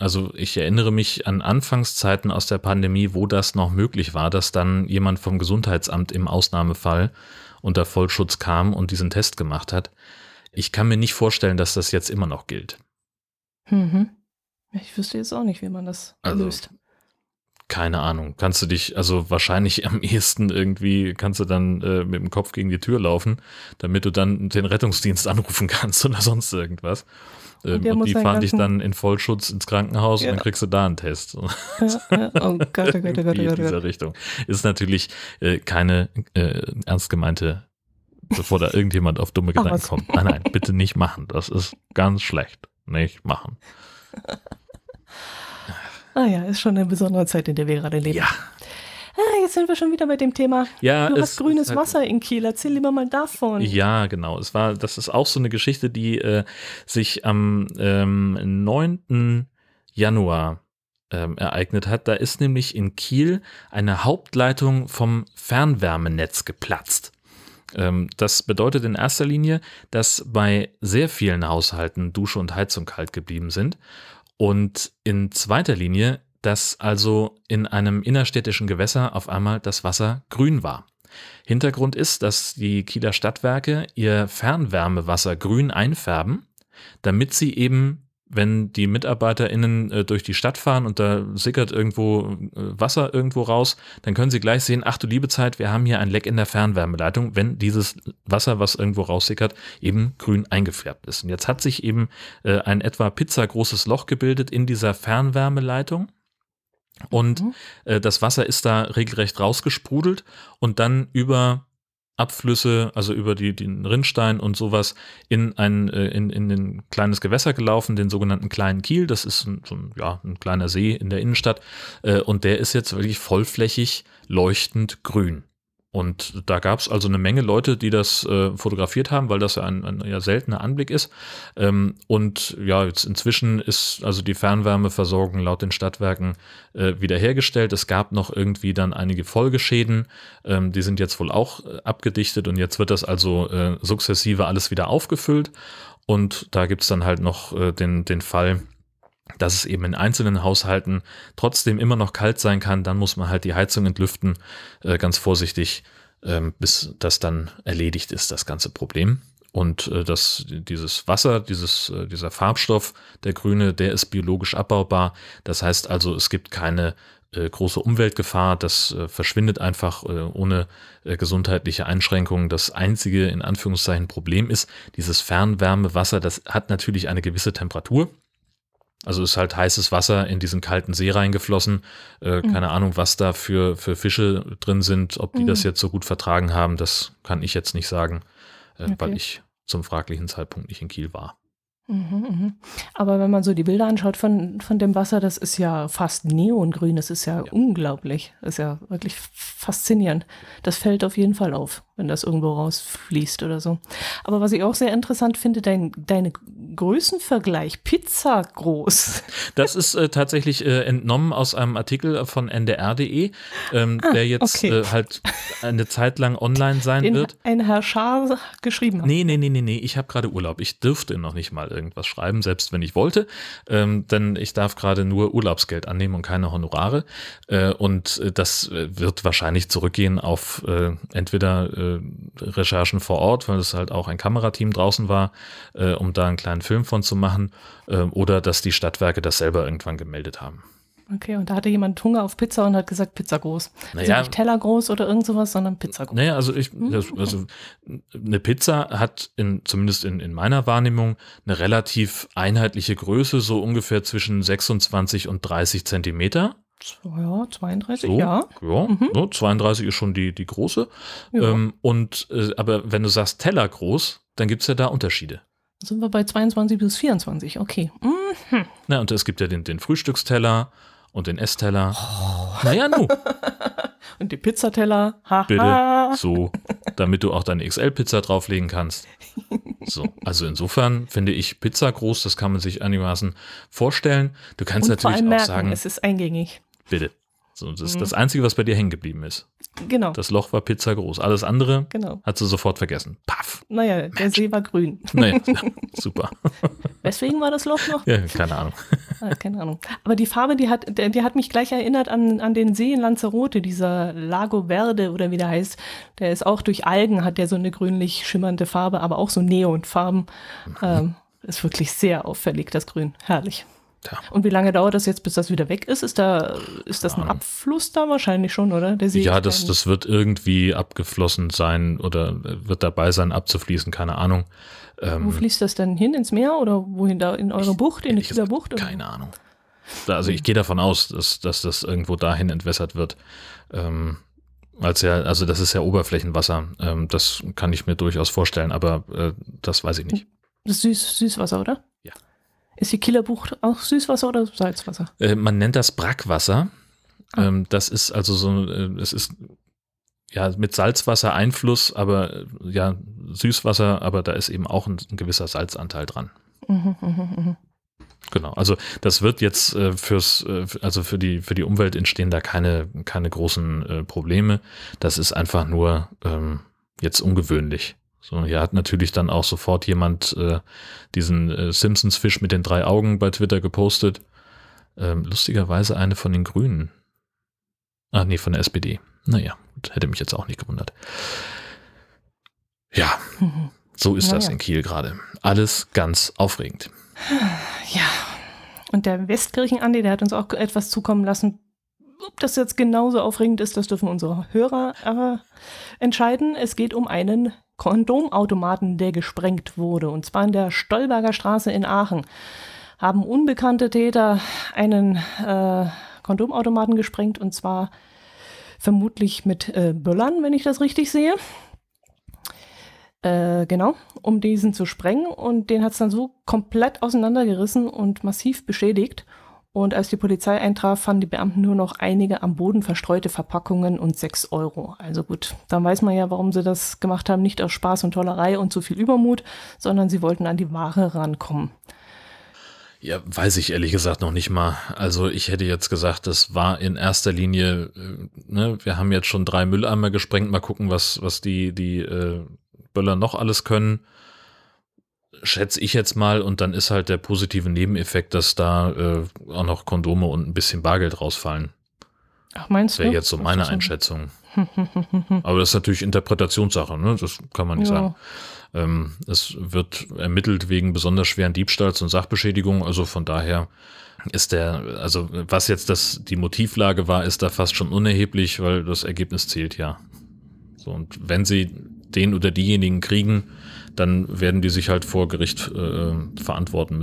Also ich erinnere mich an Anfangszeiten aus der Pandemie, wo das noch möglich war, dass dann jemand vom Gesundheitsamt im Ausnahmefall unter Vollschutz kam und diesen Test gemacht hat. Ich kann mir nicht vorstellen, dass das jetzt immer noch gilt. Ich wüsste jetzt auch nicht, wie man das löst. Keine Ahnung. Kannst du dich, also wahrscheinlich am ehesten irgendwie, kannst du dann mit dem Kopf gegen die Tür laufen, damit du dann den Rettungsdienst anrufen kannst oder sonst irgendwas. Und die fahren dich dann in Vollschutz ins Krankenhaus und dann kriegst du da einen Test. Ja. Oh Gott, in dieser Richtung. Ist natürlich keine ernst gemeinte, bevor da irgendjemand auf dumme Gedanken kommt. Nein, bitte nicht machen. Das ist ganz schlecht. Nicht machen. Ist schon eine besondere Zeit, in der wir gerade leben. Ja. Jetzt sind wir schon wieder bei dem Thema. Ja, du hast grünes Wasser in Kiel. Erzähl lieber mal davon. Ja, genau. Das ist auch so eine Geschichte, die sich am 9. Januar ereignet hat. Da ist nämlich in Kiel eine Hauptleitung vom Fernwärmenetz geplatzt. Das bedeutet in erster Linie, dass bei sehr vielen Haushalten Dusche und Heizung kalt geblieben sind. Und in zweiter Linie, dass also in einem innerstädtischen Gewässer auf einmal das Wasser grün war. Hintergrund ist, dass die Kieler Stadtwerke ihr Fernwärmewasser grün einfärben, damit sie eben, wenn die MitarbeiterInnen durch die Stadt fahren und da sickert irgendwo Wasser irgendwo raus, dann können sie gleich sehen, ach du liebe Zeit, wir haben hier ein Leck in der Fernwärmeleitung, wenn dieses Wasser, was irgendwo raussickert, eben grün eingefärbt ist. Und jetzt hat sich eben ein etwa pizzagroßes Loch gebildet in dieser Fernwärmeleitung. Und das Wasser ist da regelrecht rausgesprudelt und dann über Abflüsse, also über den Rinnstein und sowas, in ein kleines Gewässer gelaufen, den sogenannten Kleinen Kiel. Das ist ein kleiner See in der Innenstadt und der ist jetzt wirklich vollflächig leuchtend grün. Und da gab es also eine Menge Leute, die das fotografiert haben, weil das ja ein eher seltener Anblick ist. Und ja, jetzt inzwischen ist also die Fernwärmeversorgung laut den Stadtwerken wiederhergestellt. Es gab noch irgendwie dann einige Folgeschäden, die sind jetzt wohl auch abgedichtet und jetzt wird das also sukzessive alles wieder aufgefüllt. Und da gibt es dann halt noch den Fall, dass es eben in einzelnen Haushalten trotzdem immer noch kalt sein kann, dann muss man halt die Heizung entlüften, ganz vorsichtig, bis das dann erledigt ist, das ganze Problem. Und dieses Wasser, dieser Farbstoff, der grüne, der ist biologisch abbaubar. Das heißt also, es gibt keine große Umweltgefahr, das verschwindet einfach ohne gesundheitliche Einschränkungen. Das einzige, in Anführungszeichen, Problem ist, dieses Fernwärmewasser, das hat natürlich eine gewisse Temperatur. Also ist halt heißes Wasser in diesen kalten See reingeflossen. Keine Ahnung, was da für Fische drin sind. Ob die das jetzt so gut vertragen haben, das kann ich jetzt nicht sagen, weil ich zum fraglichen Zeitpunkt nicht in Kiel war. Aber wenn man so die Bilder anschaut von dem Wasser, das ist ja fast neongrün. Das ist ja unglaublich. Das ist ja wirklich faszinierend. Das fällt auf jeden Fall auf, wenn das irgendwo rausfließt oder so. Aber was ich auch sehr interessant finde, deine Größenvergleich, Pizza groß. Das ist tatsächlich entnommen aus einem Artikel von ndr.de, der jetzt halt eine Zeit lang online sein wird. Ein Herr Schaar geschrieben hat. Nee, ich habe gerade Urlaub. Ich dürfte noch nicht mal irgendwas schreiben, selbst wenn ich wollte, denn ich darf gerade nur Urlaubsgeld annehmen und keine Honorare. Und das wird wahrscheinlich zurückgehen auf entweder Recherchen vor Ort, weil es halt auch ein Kamerateam draußen war, um da einen kleinen Film von zu machen, oder dass die Stadtwerke das selber irgendwann gemeldet haben. Okay, und da hatte jemand Hunger auf Pizza und hat gesagt, Pizza groß. Also nicht Teller groß oder irgend sowas, sondern Pizza groß. Naja, also eine Pizza hat zumindest in meiner Wahrnehmung eine relativ einheitliche Größe, so ungefähr zwischen 26 und 30 Zentimeter. Ja, 32, so, ja. So, 32 ist schon die große. Ja. Aber wenn du sagst Teller groß, dann gibt es ja da Unterschiede. Dann sind wir bei 22 bis 24, okay. Na, und es gibt ja den Frühstücksteller und den Essteller. Naja, nu. Und die Pizzateller. Bitte, so, damit du auch deine XL-Pizza drauflegen kannst. So, also insofern finde ich Pizza groß, das kann man sich einigermaßen vorstellen. Du kannst und natürlich vor allem auch merken, sagen, es ist eingängig. Bitte. So, das ist das Einzige, was bei dir hängen geblieben ist. Genau. Das Loch war Pizza groß. Alles andere hat sie sofort vergessen. Paff. Naja, der See war grün. Naja, super. Weswegen war das Loch noch? Ja, keine Ahnung. Keine Ahnung. Aber die Farbe, die hat mich gleich erinnert an den See in Lanzarote, dieser Lago Verde oder wie der heißt. Der ist auch durch Algen, hat der so eine grünlich schimmernde Farbe, aber auch so Neonfarben. Ist wirklich sehr auffällig, das Grün. Herrlich. Ja. Und wie lange dauert das jetzt, bis das wieder weg ist? Ist das ein Abfluss da wahrscheinlich schon, oder? Der See ja, das wird irgendwie abgeflossen sein oder wird dabei sein, abzufließen, keine Ahnung. Wo fließt das denn hin? Ins Meer oder wohin da? In eure Bucht? In die Kieler Bucht? Oder? Keine Ahnung. Also ich gehe davon aus, dass das irgendwo dahin entwässert wird. Also das ist ja Oberflächenwasser. Das kann ich mir durchaus vorstellen, aber das weiß ich nicht. Das ist Süßwasser, oder? Ja. Ist die Kieler Bucht auch Süßwasser oder Salzwasser? Man nennt das Brackwasser. Das ist also so, es ist ja mit Salzwasser-Einfluss, aber ja Süßwasser, aber da ist eben auch ein gewisser Salzanteil dran. Genau, also das wird jetzt für die Umwelt entstehen da keine großen Probleme. Das ist einfach nur jetzt ungewöhnlich. So, hier hat natürlich dann auch sofort jemand diesen Simpsons-Fisch mit den 3 Augen bei Twitter gepostet. Lustigerweise eine von den Grünen. Von der SPD. Naja, hätte mich jetzt auch nicht gewundert. Ja, so ist das in Kiel gerade. Alles ganz aufregend. Ja, und der Westkirchen-Andi, der hat uns auch etwas zukommen lassen. Ob das jetzt genauso aufregend ist, das dürfen unsere Hörer entscheiden. Es geht um einen Kondomautomaten, der gesprengt wurde. Und zwar in der Stolberger Straße in Aachen haben unbekannte Täter einen Kondomautomaten gesprengt und zwar vermutlich mit Böllern, wenn ich das richtig sehe. Genau, um diesen zu sprengen und den hat es dann so komplett auseinandergerissen und massiv beschädigt. Und als die Polizei eintraf, fanden die Beamten nur noch einige am Boden verstreute Verpackungen und 6 Euro. Also gut, dann weiß man ja, warum sie das gemacht haben. Nicht aus Spaß und Tollerei und zu viel Übermut, sondern sie wollten an die Ware rankommen. Ja, weiß ich ehrlich gesagt noch nicht mal. Also ich hätte jetzt gesagt, das war in erster Linie, wir haben jetzt schon 3 Mülleimer gesprengt, mal gucken, was die Böller noch alles können. Schätze ich jetzt mal, und dann ist halt der positive Nebeneffekt, dass da auch noch Kondome und ein bisschen Bargeld rausfallen. Ach, meinst du? Wäre jetzt so meine Einschätzung. Aber das ist natürlich Interpretationssache, ne? Das kann man nicht sagen. Es wird ermittelt wegen besonders schweren Diebstahls und Sachbeschädigung, also von daher ist also was jetzt die Motivlage war, ist da fast schon unerheblich, weil das Ergebnis zählt ja. So, und wenn sie den oder diejenigen kriegen, dann werden die sich halt vor Gericht verantworten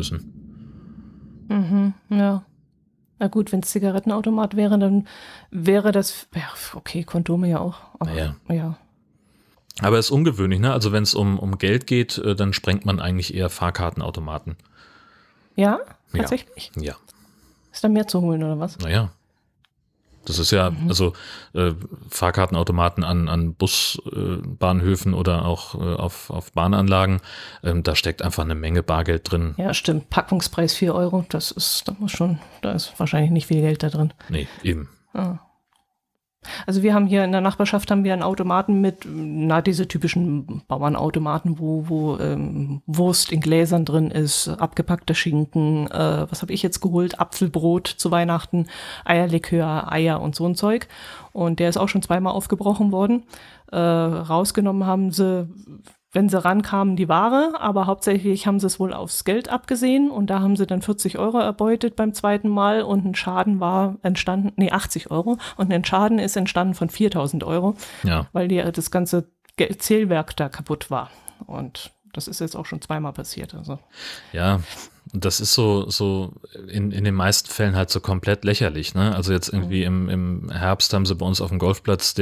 müssen. Ja. Na gut, wenn es Zigarettenautomat wäre, dann wäre das, ja, okay, Kondome ja auch. Aber, ja. Aber es ist ungewöhnlich, ne? Also wenn es um Geld geht, dann sprengt man eigentlich eher Fahrkartenautomaten. Ja? Tatsächlich? Ja. Ist da mehr zu holen, oder was? Naja. Das ist ja, also Fahrkartenautomaten an Busbahnhöfen oder auch auf Bahnanlagen, da steckt einfach eine Menge Bargeld drin. Ja, stimmt. Packungspreis 4 Euro, da ist wahrscheinlich nicht viel Geld da drin. Nee, eben. Ah. Also wir haben hier in der Nachbarschaft einen Automaten mit, diese typischen Bauernautomaten, wo Wurst in Gläsern drin ist, abgepackter Schinken, was habe ich jetzt geholt? Apfelbrot zu Weihnachten, Eierlikör, Eier und so ein Zeug. Und der ist auch schon 2-mal aufgebrochen worden. Rausgenommen haben sie, wenn sie rankamen, die Ware, aber hauptsächlich haben sie es wohl aufs Geld abgesehen und da haben sie dann 40 Euro erbeutet beim zweiten Mal und ein Schaden war entstanden, 80 Euro und ein Schaden ist entstanden von 4.000 Euro, weil das ganze Zählwerk da kaputt war und das ist jetzt auch schon 2-mal passiert. Also. Ja, das ist so in den meisten Fällen halt so komplett lächerlich, ne? Also jetzt irgendwie im Herbst haben sie bei uns auf dem Golfplatz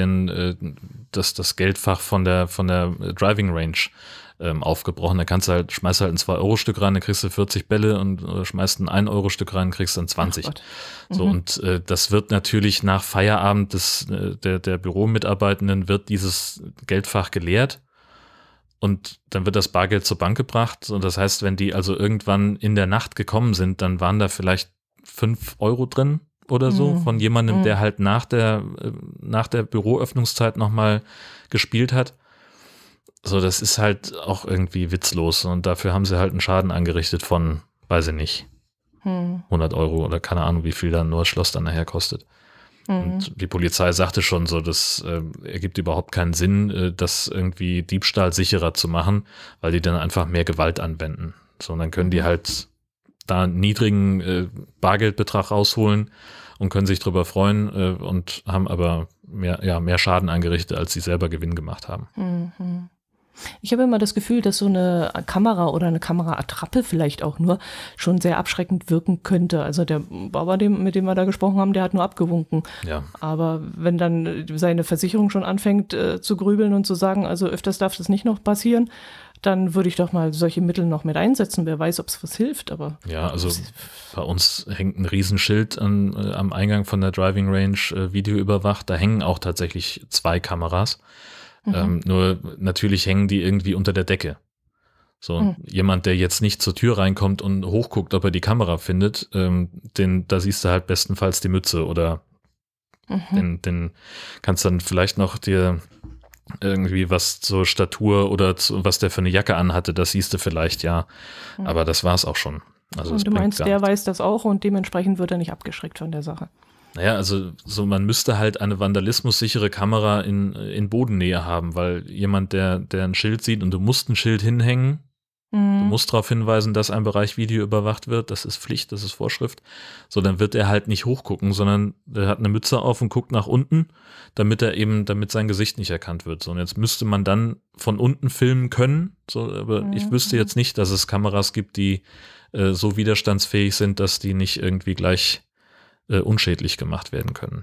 das Geldfach von der Driving Range aufgebrochen. Da schmeißt halt ein 2-Euro-Stück rein, dann kriegst du 40 Bälle und schmeißt ein 1-Euro-Stück rein, kriegst dann 20. So, und das wird natürlich nach Feierabend der Büromitarbeitenden wird dieses Geldfach geleert. Und dann wird das Bargeld zur Bank gebracht. Und das heißt, wenn die also irgendwann in der Nacht gekommen sind, dann waren da vielleicht 5 Euro drin oder so von jemandem, der halt nach der Büroöffnungszeit nochmal gespielt hat. So, das ist halt auch irgendwie witzlos. Und dafür haben sie halt einen Schaden angerichtet von, weiß ich nicht, 100 Euro oder keine Ahnung, wie viel dann nur das Schloss dann nachher kostet. Und die Polizei sagte schon so, das ergibt überhaupt keinen Sinn, das irgendwie Diebstahl sicherer zu machen, weil die dann einfach mehr Gewalt anwenden. So, und dann können die halt da einen niedrigen Bargeldbetrag rausholen und können sich drüber freuen und haben aber mehr Schaden angerichtet, als sie selber Gewinn gemacht haben. Ich habe immer das Gefühl, dass so eine Kamera oder eine Kameraattrappe vielleicht auch nur schon sehr abschreckend wirken könnte. Also der Bauer, mit dem wir da gesprochen haben, der hat nur abgewunken. Ja. Aber wenn dann seine Versicherung schon anfängt zu grübeln und zu sagen, also öfters darf das nicht noch passieren, dann würde ich doch mal solche Mittel noch mit einsetzen. Wer weiß, ob es was hilft. Aber ja, also bei uns hängt ein Riesenschild am Eingang von der Driving Range, Video überwacht. Da hängen auch tatsächlich 2 Kameras. Nur natürlich hängen die irgendwie unter der Decke. So, jemand, der jetzt nicht zur Tür reinkommt und hochguckt, ob er die Kamera findet, da siehst du halt bestenfalls die Mütze oder den kannst dann vielleicht noch dir irgendwie was zur Statur oder was der für eine Jacke anhatte, das siehst du vielleicht, ja. Aber das war's auch schon. Also und du meinst, der weiß das auch und dementsprechend wird er nicht abgeschreckt von der Sache. Naja, also so man müsste halt eine vandalismussichere Kamera in Bodennähe haben, weil jemand, der ein Schild sieht und du musst ein Schild hinhängen, du musst darauf hinweisen, dass ein Bereich Video überwacht wird, das ist Pflicht, das ist Vorschrift, so dann wird er halt nicht hochgucken, sondern der hat eine Mütze auf und guckt nach unten, damit sein Gesicht nicht erkannt wird. So, und jetzt müsste man dann von unten filmen können, so, aber ich wüsste jetzt nicht, dass es Kameras gibt, die so widerstandsfähig sind, dass die nicht irgendwie gleich unschädlich gemacht werden können.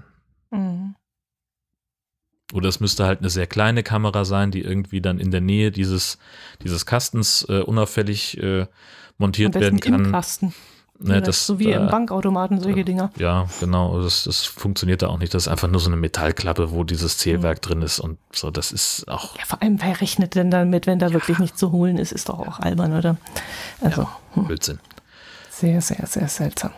Oder es müsste halt eine sehr kleine Kamera sein, die irgendwie dann in der Nähe dieses Kastens unauffällig montiert werden kann. Im Kasten. Ne, so wie im Bankautomaten, solche Dinger. Ja, genau. Das funktioniert da auch nicht. Das ist einfach nur so eine Metallklappe, wo dieses Zählwerk drin ist und so. Das ist auch. Ja, vor allem, wer rechnet denn damit, wenn da wirklich nichts zu holen ist, ist doch auch albern, oder? Also, Blödsinn. Sehr, sehr, sehr seltsam.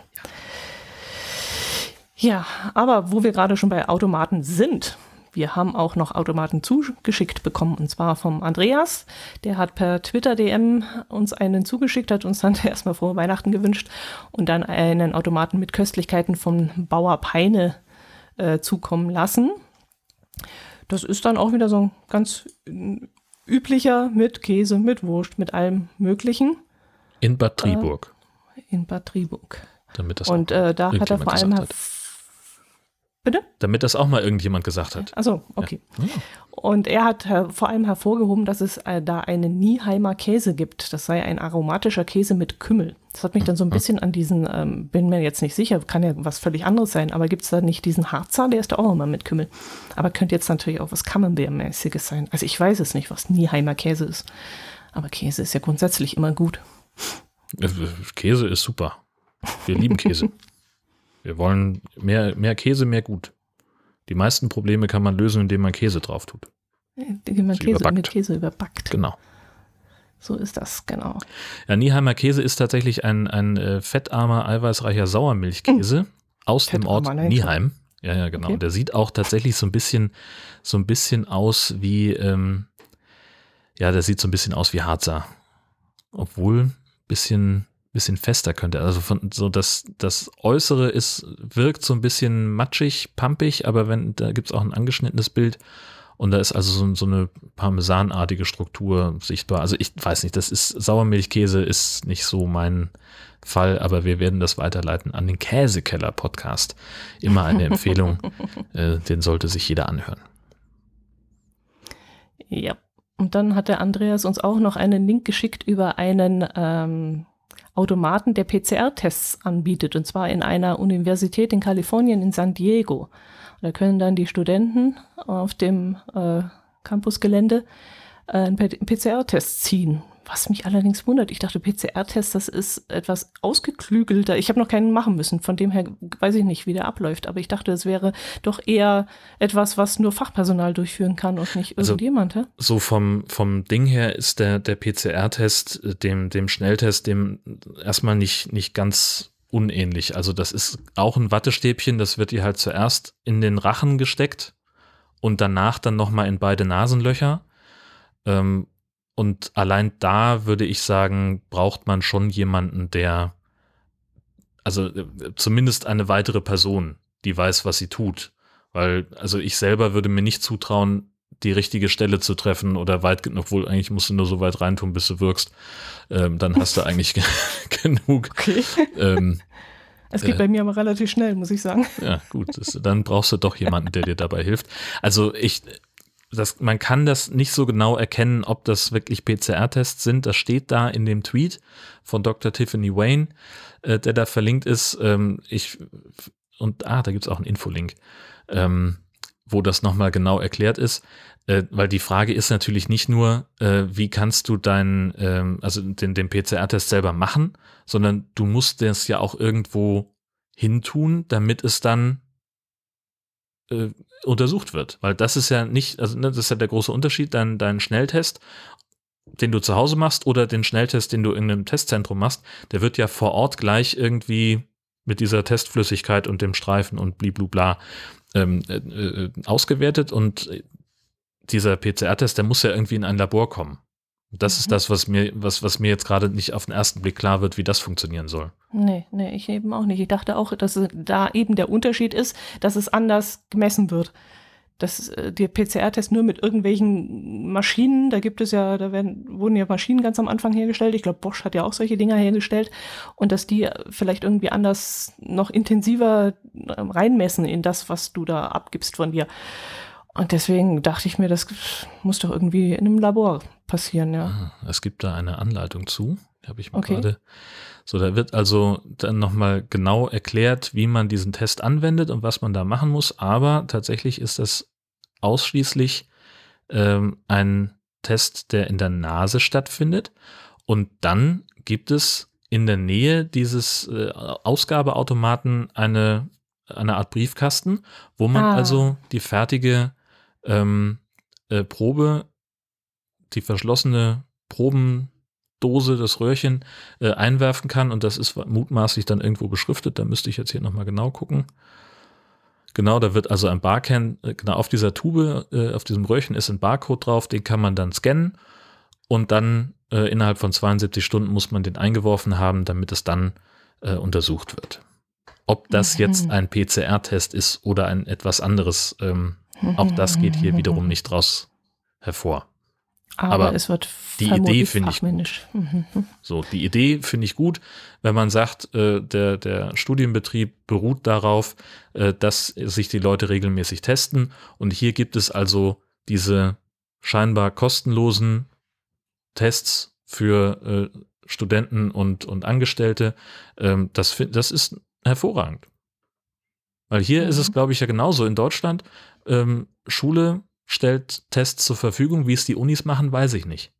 Ja, aber wo wir gerade schon bei Automaten sind, wir haben auch noch Automaten zugeschickt bekommen, und zwar vom Andreas. Der hat per Twitter-DM uns einen zugeschickt, hat uns dann erstmal frohe Weihnachten gewünscht und dann einen Automaten mit Köstlichkeiten vom Bauer Peine zukommen lassen. Das ist dann auch wieder so ein ganz üblicher mit Käse, mit Wurst, mit allem Möglichen. In Bad Triburg. In Bad Triburg. Damit das und da hat er vor allem Bitte? Damit das auch mal irgendjemand gesagt hat. Achso, okay. Ja. Und er hat vor allem hervorgehoben, dass es da einen Nieheimer Käse gibt. Das sei ein aromatischer Käse mit Kümmel. Das hat mich dann so ein bisschen an diesen, bin mir jetzt nicht sicher, kann ja was völlig anderes sein, aber gibt es da nicht diesen Harzer, der ist da auch immer mit Kümmel. Aber könnte jetzt natürlich auch was Camembert-mäßiges sein. Also ich weiß es nicht, was Nieheimer Käse ist. Aber Käse ist ja grundsätzlich immer gut. Käse ist super. Wir lieben Käse. Wir wollen mehr Käse, mehr gut. Die meisten Probleme kann man lösen, indem man Käse drauf tut. Indem man mit Käse überbackt. Genau. So ist das, genau. Ja, Nieheimer Käse ist tatsächlich ein fettarmer, eiweißreicher Sauermilchkäse aus dem Ort Nieheim. Ja, genau. Okay. Und der sieht auch tatsächlich so ein bisschen aus wie, der sieht so ein bisschen aus wie Harzer. Obwohl ein bisschen fester könnte. Also das Äußere wirkt so ein bisschen matschig, pampig, aber da gibt es auch ein angeschnittenes Bild und da ist also so eine parmesanartige Struktur sichtbar. Also ich weiß nicht, Sauermilchkäse ist nicht so mein Fall, aber wir werden das weiterleiten an den Käsekeller-Podcast. Immer eine Empfehlung, den sollte sich jeder anhören. Ja, und dann hat der Andreas uns auch noch einen Link geschickt über einen Automaten, der PCR-Tests anbietet, und zwar in einer Universität in Kalifornien in San Diego. Da können dann die Studenten auf dem Campusgelände einen PCR-Test ziehen. Was mich allerdings wundert, ich dachte, PCR-Test, das ist etwas ausgeklügelter. Ich habe noch keinen machen müssen, von dem her weiß ich nicht, wie der abläuft, aber ich dachte, es wäre doch eher etwas, was nur Fachpersonal durchführen kann und nicht irgendjemand. Also, so vom Ding her ist der PCR-Test dem Schnelltest dem erstmal nicht ganz unähnlich. Also das ist auch ein Wattestäbchen, das wird dir halt zuerst in den Rachen gesteckt und danach dann nochmal in beide Nasenlöcher. Und allein da würde ich sagen, braucht man schon jemanden, der also zumindest eine weitere Person, die weiß, was sie tut. Weil, also ich selber würde mir nicht zutrauen, die richtige Stelle zu treffen oder weit genug, obwohl eigentlich musst du nur so weit reintun, bis du wirkst. Dann hast du eigentlich genug. Okay. Es geht bei mir aber relativ schnell, muss ich sagen. Ja, gut. Dann brauchst du doch jemanden, der dir dabei hilft. Also man kann das nicht so genau erkennen, ob das wirklich PCR-Tests sind. Das steht da in dem Tweet von Dr. Tiffany Wayne, der da verlinkt ist. Da gibt es auch einen Infolink, wo das nochmal genau erklärt ist. Weil die Frage ist natürlich nicht nur, wie kannst du den PCR-Test selber machen, sondern du musst das ja auch irgendwo hintun, damit es dann untersucht wird, weil das ist ja nicht, also das ist ja der große Unterschied, dein Schnelltest, den du zu Hause machst oder den Schnelltest, den du in einem Testzentrum machst, der wird ja vor Ort gleich irgendwie mit dieser Testflüssigkeit und dem Streifen und bliblubla ausgewertet und dieser PCR-Test, der muss ja irgendwie in ein Labor kommen. Das ist das, was mir jetzt gerade nicht auf den ersten Blick klar wird, wie das funktionieren soll. Nee, ich eben auch nicht. Ich dachte auch, dass da eben der Unterschied ist, dass es anders gemessen wird. Dass der PCR-Test nur mit irgendwelchen Maschinen, wurden ja Maschinen ganz am Anfang hergestellt. Ich glaube, Bosch hat ja auch solche Dinger hergestellt. Und dass die vielleicht irgendwie anders, noch intensiver reinmessen in das, was du da abgibst von dir. Und deswegen dachte ich mir, das muss doch irgendwie in einem Labor passieren, ja. Es gibt da eine Anleitung zu, habe ich mir gerade. So, da wird also dann nochmal genau erklärt, wie man diesen Test anwendet und was man da machen muss. Aber tatsächlich ist das ausschließlich ein Test, der in der Nase stattfindet. Und dann gibt es in der Nähe dieses Ausgabeautomaten eine Art Briefkasten, wo man also die fertige Probe, die verschlossene Probendose, das Röhrchen einwerfen kann und das ist mutmaßlich dann irgendwo beschriftet, da müsste ich jetzt hier nochmal genau gucken. Genau, da wird also ein Barcode, genau auf dieser Tube, auf diesem Röhrchen ist ein Barcode drauf, den kann man dann scannen und dann innerhalb von 72 Stunden muss man den eingeworfen haben, damit es dann untersucht wird. Ob das jetzt ein PCR-Test ist oder ein etwas anderes, auch das geht hier wiederum nicht draus hervor. Aber es wird die Idee finde ich gut. So, die Idee finde ich gut, wenn man sagt, der Studienbetrieb beruht darauf, dass sich die Leute regelmäßig testen. Und hier gibt es also diese scheinbar kostenlosen Tests für Studenten und Angestellte. Das ist hervorragend. Weil hier ist es, glaube ich, ja genauso. In Deutschland, Schule stellt Tests zur Verfügung. Wie es die Unis machen, weiß ich nicht.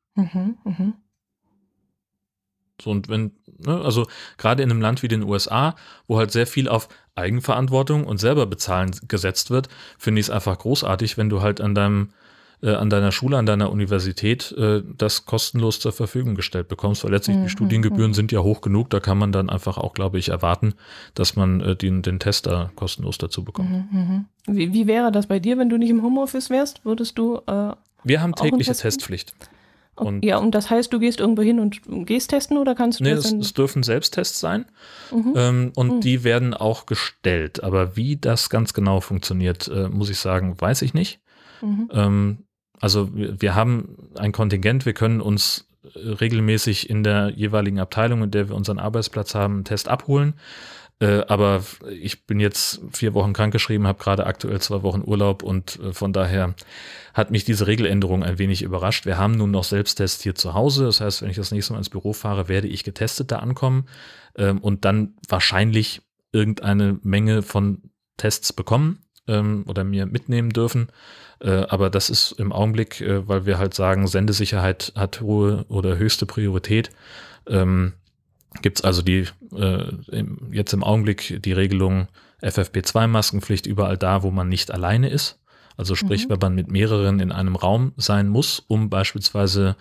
So, und also gerade in einem Land wie den USA, wo halt sehr viel auf Eigenverantwortung und selber bezahlen gesetzt wird, finde ich es einfach großartig, wenn du halt an deiner Schule, an deiner Universität das kostenlos zur Verfügung gestellt bekommst, weil letztlich die Studiengebühren sind ja hoch genug, da kann man dann einfach auch, glaube ich, erwarten, dass man den Test da kostenlos dazu bekommt. Wie wäre das bei dir, wenn du nicht im Homeoffice wärst? Würdest du Wir haben tägliche Testpflicht. Und das heißt, du gehst irgendwo hin und gehst testen oder kannst du es dürfen Selbsttests sein und die werden auch gestellt, aber wie das ganz genau funktioniert, muss ich sagen, weiß ich nicht. Also wir haben ein Kontingent, wir können uns regelmäßig in der jeweiligen Abteilung, in der wir unseren Arbeitsplatz haben, einen Test abholen. Aber ich bin jetzt 4 Wochen krankgeschrieben, habe gerade aktuell 2 Wochen Urlaub und von daher hat mich diese Regeländerung ein wenig überrascht. Wir haben nun noch Selbsttests hier zu Hause. Das heißt, wenn ich das nächste Mal ins Büro fahre, werde ich getestet da ankommen und dann wahrscheinlich irgendeine Menge von Tests bekommen oder mir mitnehmen dürfen. Aber das ist im Augenblick, weil wir halt sagen, Sendesicherheit hat hohe oder höchste Priorität, gibt es also jetzt im Augenblick die Regelung FFP2-Maskenpflicht überall da, wo man nicht alleine ist. Also sprich, wenn man mit mehreren in einem Raum sein muss, um beispielsweise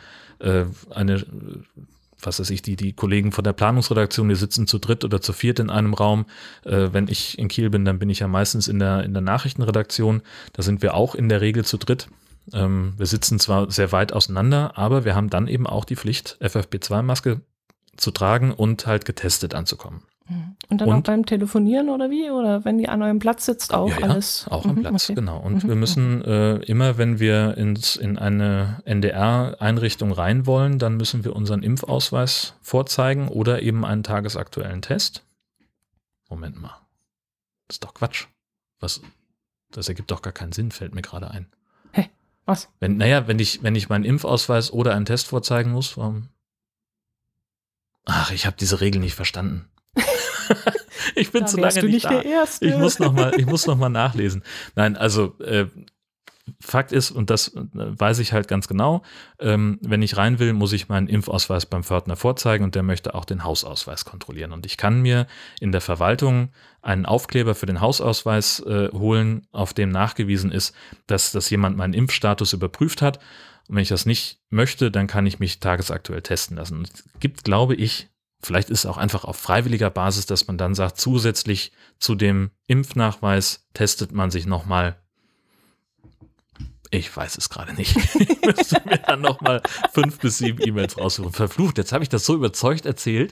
die Kollegen von der Planungsredaktion, die sitzen zu dritt oder zu viert in einem Raum. Wenn ich in Kiel bin, dann bin ich ja meistens in der Nachrichtenredaktion. Da sind wir auch in der Regel zu dritt. Wir sitzen zwar sehr weit auseinander, aber wir haben dann eben auch die Pflicht, FFP2-Maske zu tragen und halt getestet anzukommen. Und dann auch beim Telefonieren oder wie? Oder wenn die an eurem Platz sitzt, auch Ja, alles? auch am Platz, okay. genau. Und wir müssen immer, wenn wir in eine NDR-Einrichtung rein wollen, dann müssen wir unseren Impfausweis vorzeigen oder eben einen tagesaktuellen Test. Moment mal. Das ist doch Quatsch. Das ergibt doch gar keinen Sinn, fällt mir gerade ein. Hä? Was? Wenn ich meinen Impfausweis oder einen Test vorzeigen muss, warum? Ach, ich habe diese Regel nicht verstanden. Ich bin zu lange nicht da. Der Erste. Ich muss noch mal nachlesen. Nein, also Fakt ist, und das weiß ich halt ganz genau, wenn ich rein will, muss ich meinen Impfausweis beim Pförtner vorzeigen und der möchte auch den Hausausweis kontrollieren. Und ich kann mir in der Verwaltung einen Aufkleber für den Hausausweis holen, auf dem nachgewiesen ist, dass jemand meinen Impfstatus überprüft hat. Und wenn ich das nicht möchte, dann kann ich mich tagesaktuell testen lassen. Und es gibt, glaube ich, vielleicht ist es auch einfach auf freiwilliger Basis, dass man dann sagt, zusätzlich zu dem Impfnachweis testet man sich nochmal. Ich weiß es gerade nicht. Ich müsste mir dann nochmal 5 bis 7 E-Mails raussuchen. Verflucht, jetzt habe ich das so überzeugt erzählt.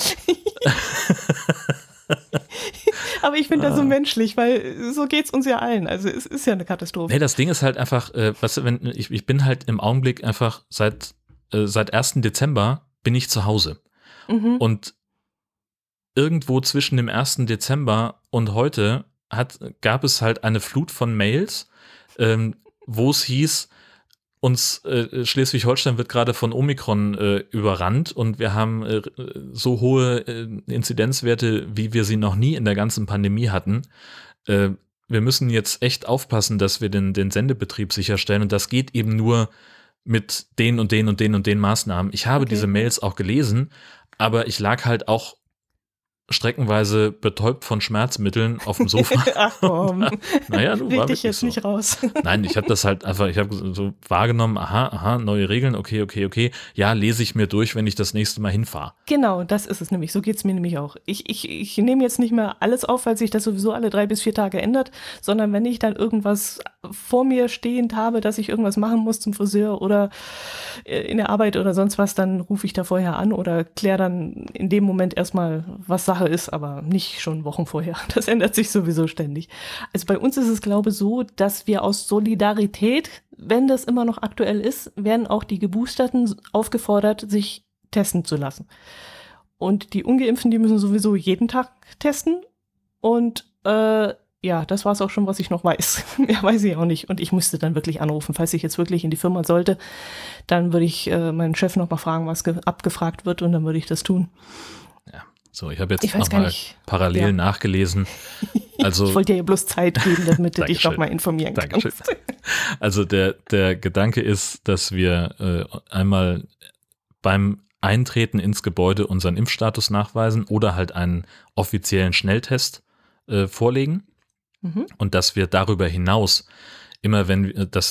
Aber ich finde das so menschlich, weil so geht's uns ja allen. Also es ist ja eine Katastrophe. Nee, das Ding ist halt einfach, ich bin halt im Augenblick einfach seit 1. Dezember bin ich zu Hause. Und irgendwo zwischen dem 1. Dezember und heute gab es halt eine Flut von Mails, wo es hieß, uns Schleswig-Holstein wird gerade von Omikron überrannt und wir haben so hohe Inzidenzwerte, wie wir sie noch nie in der ganzen Pandemie hatten. Wir müssen jetzt echt aufpassen, dass wir den Sendebetrieb sicherstellen und das geht eben nur mit den und den und den und den Maßnahmen. Ich habe diese Mails auch gelesen, aber ich lag halt auch streckenweise betäubt von Schmerzmitteln auf dem Sofa. Ach komm, naja, du leg dich jetzt so. Nicht raus. Nein, ich habe das halt einfach, ich habe so wahrgenommen, aha, neue Regeln, okay. Ja, lese ich mir durch, wenn ich das nächste Mal hinfahre. Genau, das ist es nämlich. So geht es mir nämlich auch. Ich nehme jetzt nicht mehr alles auf, weil sich das sowieso alle 3 bis 4 Tage ändert, sondern wenn ich dann irgendwas vor mir stehend habe, dass ich irgendwas machen muss zum Friseur oder in der Arbeit oder sonst was, dann rufe ich da vorher an oder kläre dann in dem Moment erstmal, was Sache ist, aber nicht schon Wochen vorher. Das ändert sich sowieso ständig. Also bei uns ist es, glaube ich, so, dass wir aus Solidarität, wenn das immer noch aktuell ist, werden auch die Geboosterten aufgefordert, sich testen zu lassen. Und die Ungeimpften, die müssen sowieso jeden Tag testen. Und ja, das war es auch schon, was ich noch weiß. Mehr weiß ich auch nicht. Und ich müsste dann wirklich anrufen. Falls ich jetzt wirklich in die Firma sollte, dann würde ich meinen Chef noch mal fragen, was abgefragt wird und dann würde ich das tun. Ja. So, ich habe jetzt nochmal parallel nachgelesen. Also, ich wollte dir ja bloß Zeit geben, damit du dich nochmal informieren kannst. Dankeschön. Also der Gedanke ist, dass wir einmal beim Eintreten ins Gebäude unseren Impfstatus nachweisen oder halt einen offiziellen Schnelltest vorlegen und dass wir darüber hinaus immer wenn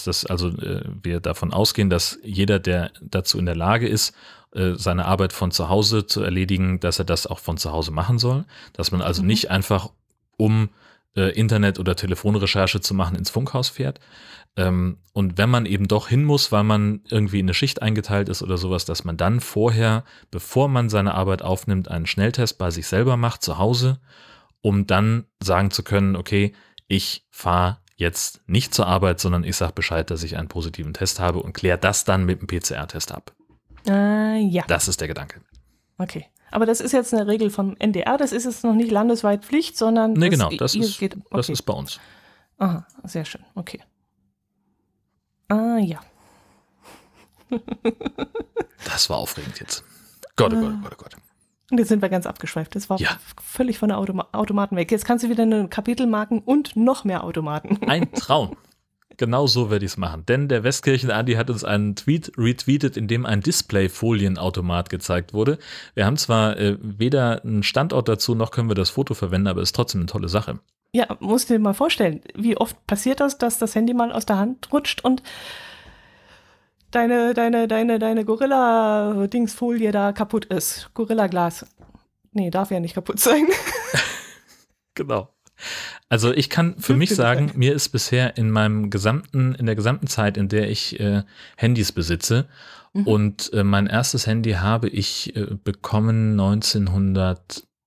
wir davon ausgehen, dass jeder, der dazu in der Lage ist, seine Arbeit von zu Hause zu erledigen, dass er das auch von zu Hause machen soll. Dass man also nicht einfach, um Internet- oder Telefonrecherche zu machen, ins Funkhaus fährt. Und wenn man eben doch hin muss, weil man irgendwie in eine Schicht eingeteilt ist oder sowas, dass man dann vorher, bevor man seine Arbeit aufnimmt, einen Schnelltest bei sich selber macht, zu Hause, um dann sagen zu können, okay, ich fahre jetzt nicht zur Arbeit, sondern ich sage Bescheid, dass ich einen positiven Test habe und kläre das dann mit dem PCR-Test ab. Ja. Das ist der Gedanke. Okay. Aber das ist jetzt eine Regel vom NDR, das ist jetzt noch nicht landesweit Pflicht, sondern nee, genau, das ist bei uns. Aha, sehr schön, okay. Ja. Das war aufregend jetzt. Gott. Und jetzt sind wir ganz abgeschweift. Das war völlig von der Automaten weg. Jetzt kannst du wieder eine Kapitelmarken und noch mehr Automaten. Ein Traum. Genau so werde ich es machen. Denn der Westkirchen-Andi hat uns einen Tweet retweetet, in dem ein Display-Folienautomat gezeigt wurde. Wir haben zwar weder einen Standort dazu, noch können wir das Foto verwenden, aber es ist trotzdem eine tolle Sache. Ja, musst du dir mal vorstellen, wie oft passiert das, dass das Handy mal aus der Hand rutscht und deine Gorilla-Dingsfolie da kaputt ist. Gorilla-Glas. Nee, darf ja nicht kaputt sein. Genau. Also ich kann für mich sagen, mir ist bisher in der gesamten Zeit, in der ich Handys besitze, und mein erstes Handy habe ich bekommen 1999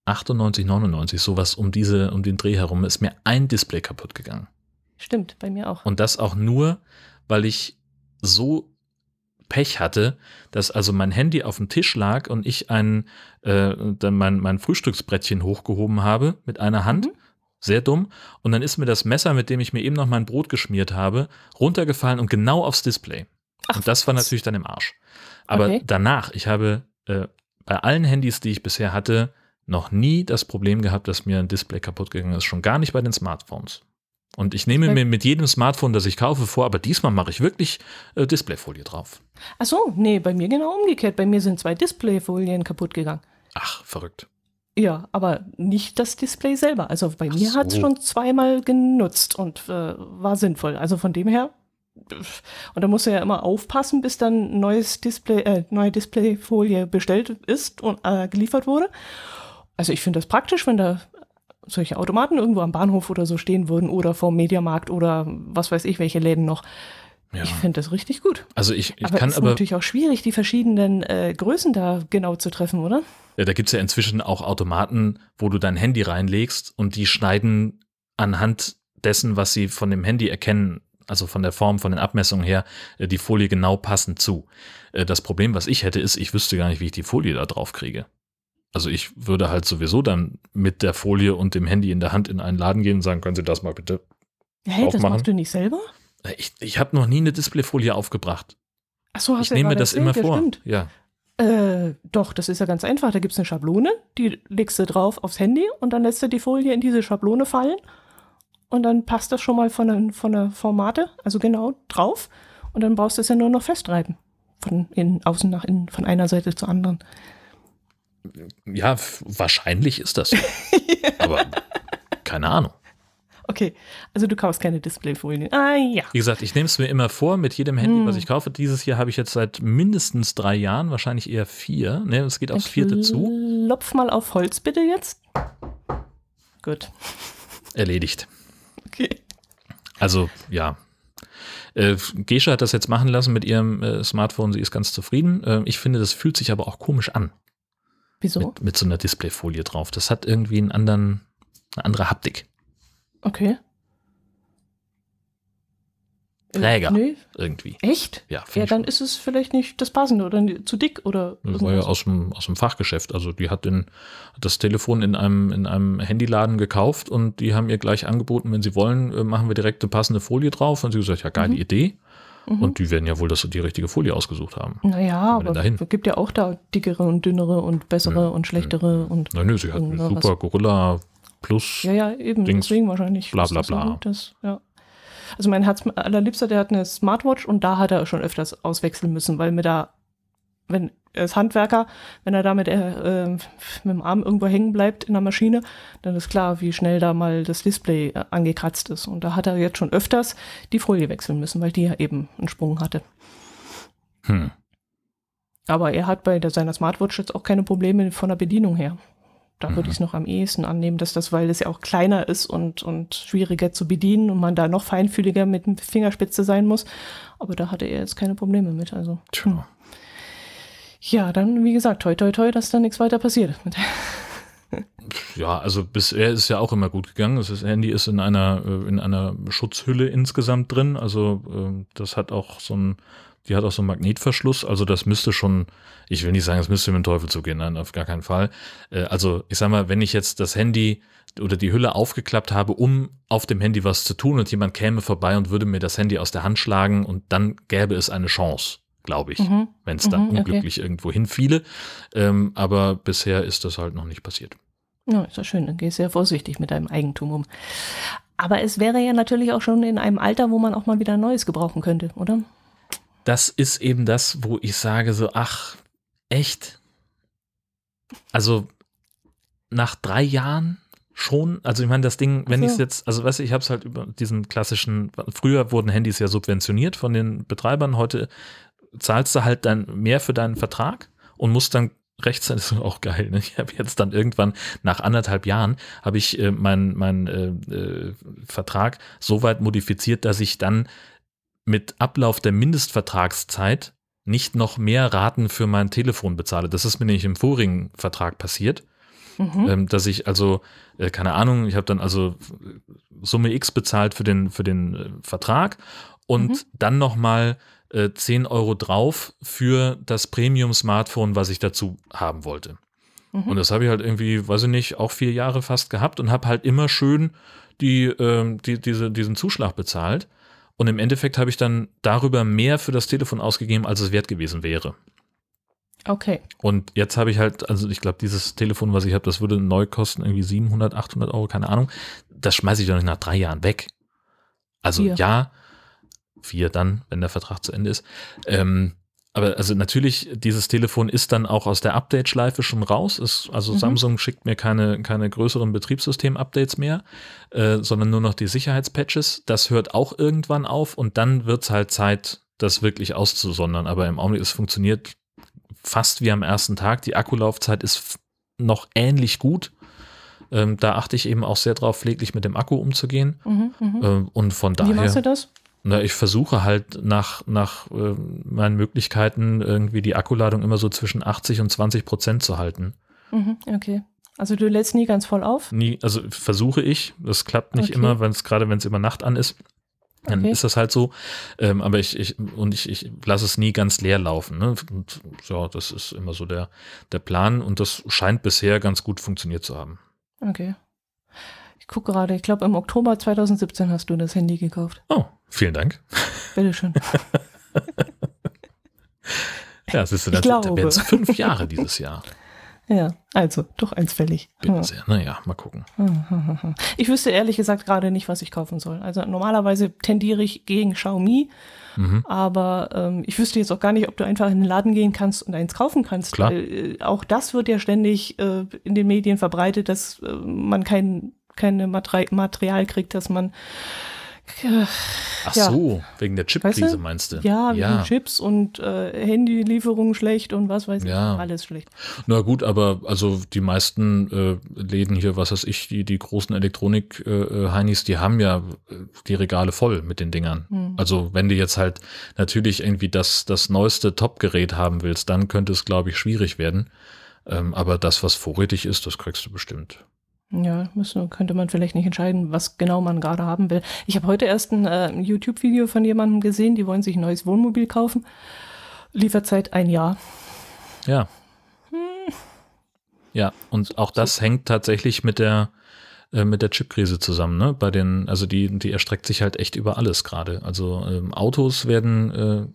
98, 99, sowas um den Dreh herum, ist mir ein Display kaputt gegangen. Stimmt, bei mir auch. Und das auch nur, weil ich so Pech hatte, dass also mein Handy auf dem Tisch lag und ich dann mein Frühstücksbrettchen hochgehoben habe mit einer Hand. Sehr dumm. Und dann ist mir das Messer, mit dem ich mir eben noch mein Brot geschmiert habe, runtergefallen und genau aufs Display. Ach, und das war natürlich dann im Arsch. Aber danach, ich habe bei allen Handys, die ich bisher hatte, noch nie das Problem gehabt, dass mir ein Display kaputt gegangen ist. Schon gar nicht bei den Smartphones. Und ich nehme mir mit jedem Smartphone, das ich kaufe, vor, aber diesmal mache ich wirklich Displayfolie drauf. Ach so, nee, bei mir genau umgekehrt. Bei mir sind 2 Displayfolien kaputt gegangen. Ach, verrückt. Ja, aber nicht das Display selber. Also bei mir hat es schon 2-mal genutzt und war sinnvoll. Also von dem her. Und da musst du ja immer aufpassen, bis dann neue Displayfolie bestellt ist und geliefert wurde. Also ich finde das praktisch, wenn da solche Automaten irgendwo am Bahnhof oder so stehen würden oder vorm Mediamarkt oder was weiß ich, welche Läden noch. Ja. Ich finde das richtig gut. Also ich aber kann es ist natürlich auch schwierig, die verschiedenen Größen da genau zu treffen, oder? Ja, da gibt es ja inzwischen auch Automaten, wo du dein Handy reinlegst und die schneiden anhand dessen, was sie von dem Handy erkennen, also von der Form, von den Abmessungen her, die Folie genau passend zu. Das Problem, was ich hätte, ist, ich wüsste gar nicht, wie ich die Folie da drauf kriege. Also ich würde halt sowieso dann mit der Folie und dem Handy in der Hand in einen Laden gehen und sagen, können Sie das mal bitte hey, das machst du nicht selber? Ich habe noch nie eine Displayfolie aufgebracht. Ach so, hast ich nehme mir das immer vor. Stimmt. Ja. Doch, das ist ja ganz einfach. Da gibt es eine Schablone, die legst du drauf aufs Handy und dann lässt du die Folie in diese Schablone fallen und dann passt das schon mal von der Formate, also genau drauf und dann brauchst du es ja nur noch festreiben. Von außen nach innen, von einer Seite zur anderen. Ja, wahrscheinlich ist das so. Ja. Aber keine Ahnung. Okay, also du kaufst keine Displayfolien. Ah ja. Wie gesagt, ich nehme es mir immer vor mit jedem Handy, was ich kaufe. Dieses hier habe ich jetzt seit mindestens 3 Jahren, wahrscheinlich eher 4. Ne, es geht aufs 4. zu. Klopf mal auf Holz bitte jetzt. Gut. Erledigt. Okay. Also, ja. Gesche hat das jetzt machen lassen mit ihrem Smartphone. Sie ist ganz zufrieden. Ich finde, das fühlt sich aber auch komisch an. Wieso? Mit so einer Displayfolie drauf. Das hat irgendwie eine andere Haptik. Okay. Träger. Nee. Irgendwie. Echt? Ja, dann ist es vielleicht nicht das Passende oder zu dick oder. Das war ja aus dem Fachgeschäft. Also die hat das Telefon in einem Handyladen gekauft und die haben ihr gleich angeboten, wenn sie wollen, machen wir direkt eine passende Folie drauf. Und sie gesagt, ja, geile Idee. Und die werden ja wohl die richtige Folie ausgesucht haben. Naja, aber es gibt ja auch da dickere und dünnere und bessere und schlechtere. Und nein, sie hat eine super Gorilla Plus. Ja, eben, Dings, deswegen wahrscheinlich. Bla bla bla. Ja. Also mein Herz allerliebster, der hat eine Smartwatch und da hat er schon öfters auswechseln müssen, weil wenn er ist Handwerker, wenn er da mit dem Arm irgendwo hängen bleibt in der Maschine, dann ist klar, wie schnell da mal das Display angekratzt ist. Und da hat er jetzt schon öfters die Folie wechseln müssen, weil die ja eben einen Sprung hatte. Aber er hat bei seiner Smartwatch jetzt auch keine Probleme von der Bedienung her. Da würde ich es noch am ehesten annehmen, weil es ja auch kleiner ist und schwieriger zu bedienen und man da noch feinfühliger mit dem Fingerspitze sein muss. Aber da hatte er jetzt keine Probleme mit. Also. Ja, dann, wie gesagt, toi, toi, toi, dass da nichts weiter passiert. Ja, also bisher ist es ja auch immer gut gegangen. Das Handy ist in einer Schutzhülle insgesamt drin. Also das hat auch die hat auch so einen Magnetverschluss, also das müsste schon, ich will nicht sagen, es müsste mit dem Teufel zugehen, nein, auf gar keinen Fall. Also ich sag mal, wenn ich jetzt das Handy oder die Hülle aufgeklappt habe, um auf dem Handy was zu tun und jemand käme vorbei und würde mir das Handy aus der Hand schlagen und dann gäbe es eine Chance, glaube ich, wenn es dann unglücklich irgendwo hinfiele. Aber bisher ist das halt noch nicht passiert. Ja, ist ja schön, dann gehst du sehr vorsichtig mit deinem Eigentum um. Aber es wäre ja natürlich auch schon in einem Alter, wo man auch mal wieder ein Neues gebrauchen könnte, oder? Das ist eben das, wo ich sage so, ach, echt? Also nach 3 Jahren schon? Also ich meine, das Ding, wenn ich es jetzt, also weißt du, ich habe es halt über diesen klassischen, früher wurden Handys ja subventioniert von den Betreibern, heute zahlst du halt dann mehr für deinen Vertrag und musst dann rechtzeitig, das ist auch geil, ne? Ich habe jetzt dann irgendwann nach 1,5 Jahren habe ich meinen Vertrag so weit modifiziert, dass ich dann mit Ablauf der Mindestvertragszeit nicht noch mehr Raten für mein Telefon bezahle. Das ist mir nämlich im vorigen Vertrag passiert. dass ich also, keine Ahnung, ich habe dann also Summe X bezahlt für den Vertrag und dann nochmal 10 Euro drauf für das Premium-Smartphone, was ich dazu haben wollte. Und das habe ich halt irgendwie, weiß ich nicht, auch 4 Jahre fast gehabt und habe halt immer schön diesen Zuschlag bezahlt. Und im Endeffekt habe ich dann darüber mehr für das Telefon ausgegeben, als es wert gewesen wäre. Okay. Und jetzt habe ich halt, also ich glaube, dieses Telefon, was ich habe, das würde neu kosten, irgendwie 700, 800 Euro, keine Ahnung. Das schmeiße ich doch nicht nach 3 Jahren weg. Also 4 dann, wenn der Vertrag zu Ende ist. Aber also natürlich, dieses Telefon ist dann auch aus der Update-Schleife schon raus. Samsung schickt mir keine größeren Betriebssystem-Updates mehr, sondern nur noch die Sicherheitspatches. Das hört auch irgendwann auf und dann wird es halt Zeit, das wirklich auszusondern. Aber im Augenblick, es funktioniert fast wie am ersten Tag. Die Akkulaufzeit ist noch ähnlich gut. Da achte ich eben auch sehr drauf, pfleglich mit dem Akku umzugehen. Und von daher. Wie machst du das? Na, ich versuche halt nach meinen Möglichkeiten irgendwie die Akkuladung immer so zwischen 80% und 20% zu halten. Okay. Also du lädst nie ganz voll auf? Nie, also versuche ich. Das klappt nicht immer, gerade wenn es immer Nacht an ist. Dann ist das halt so. Aber ich lasse es nie ganz leer laufen. Ne? Und ja, das ist immer so der Plan und das scheint bisher ganz gut funktioniert zu haben. Okay. Ich gucke gerade, ich glaube im Oktober 2017 hast du das Handy gekauft. Oh, vielen Dank. Bitteschön. Ja, siehst du, da werden es 5 Jahre dieses Jahr. Ja, also doch eins fällig. Bitte sehr, naja, mal gucken. Ich wüsste ehrlich gesagt gerade nicht, was ich kaufen soll. Also normalerweise tendiere ich gegen Xiaomi, aber ich wüsste jetzt auch gar nicht, ob du einfach in den Laden gehen kannst und eins kaufen kannst. Klar. Weil, auch das wird ja ständig in den Medien verbreitet, dass man keine Material kriegt, dass man Ach so, wegen der Chipkrise, weißt du? Meinst du? Ja, wegen Chips und Handylieferungen schlecht und was weiß ich, alles schlecht. Na gut, aber also die meisten Läden hier, was weiß ich, die großen Elektronik-Heinis, die haben ja die Regale voll mit den Dingern. Also wenn du jetzt halt natürlich irgendwie das neueste Top-Gerät haben willst, dann könnte es, glaube ich, schwierig werden. Aber das, was vorrätig ist, das kriegst du bestimmt. Ja, könnte man vielleicht nicht entscheiden, was genau man gerade haben will. Ich habe heute erst ein YouTube-Video von jemandem gesehen, die wollen sich ein neues Wohnmobil kaufen. Lieferzeit 1 Jahr. Ja. Ja, und auch das hängt tatsächlich mit der Chipkrise zusammen, ne? Also die erstreckt sich halt echt über alles gerade. Also Autos haben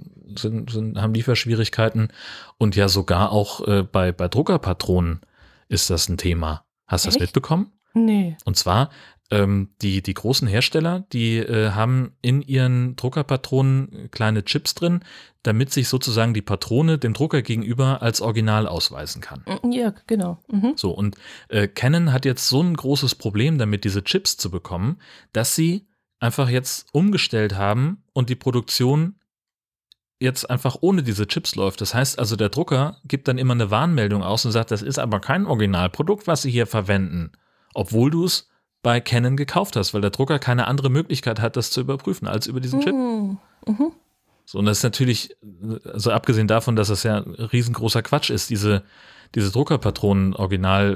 Lieferschwierigkeiten und ja sogar auch bei Druckerpatronen ist das ein Thema. Hast du das mitbekommen? Nee. Und zwar, die großen Hersteller, die haben in ihren Druckerpatronen kleine Chips drin, damit sich sozusagen die Patrone dem Drucker gegenüber als Original ausweisen kann. Ja, genau. So, und Canon hat jetzt so ein großes Problem damit, diese Chips zu bekommen, dass sie einfach jetzt umgestellt haben und die Produktion jetzt einfach ohne diese Chips läuft. Das heißt also, der Drucker gibt dann immer eine Warnmeldung aus und sagt, das ist aber kein Originalprodukt, was Sie hier verwenden, obwohl du es bei Canon gekauft hast, weil der Drucker keine andere Möglichkeit hat, das zu überprüfen, als über diesen Chip. So, und das ist natürlich, also abgesehen davon, dass das ja ein riesengroßer Quatsch ist, diese Druckerpatronen original,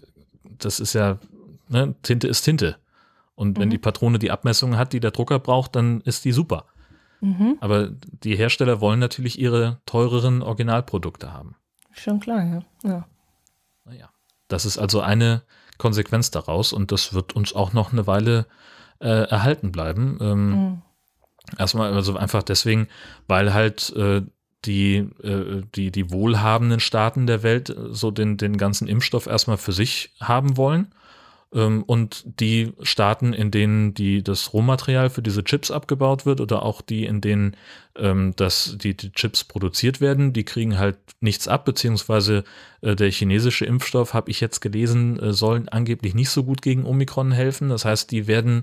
das ist ja, ne, Tinte ist Tinte. Und wenn die Patrone die Abmessungen hat, die der Drucker braucht, dann ist die super. Aber die Hersteller wollen natürlich ihre teureren Originalprodukte haben. Schon klar, ja. Naja, das ist also eine Konsequenz daraus und das wird uns auch noch eine Weile erhalten bleiben. Erstmal also einfach deswegen, weil halt die wohlhabenden Staaten der Welt so den ganzen Impfstoff erstmal für sich haben wollen. Und die Staaten, in denen das Rohmaterial für diese Chips abgebaut wird oder auch die, in denen die Chips produziert werden, die kriegen halt nichts ab, beziehungsweise der chinesische Impfstoff, habe ich jetzt gelesen, soll angeblich nicht so gut gegen Omikron helfen. Das heißt, die werden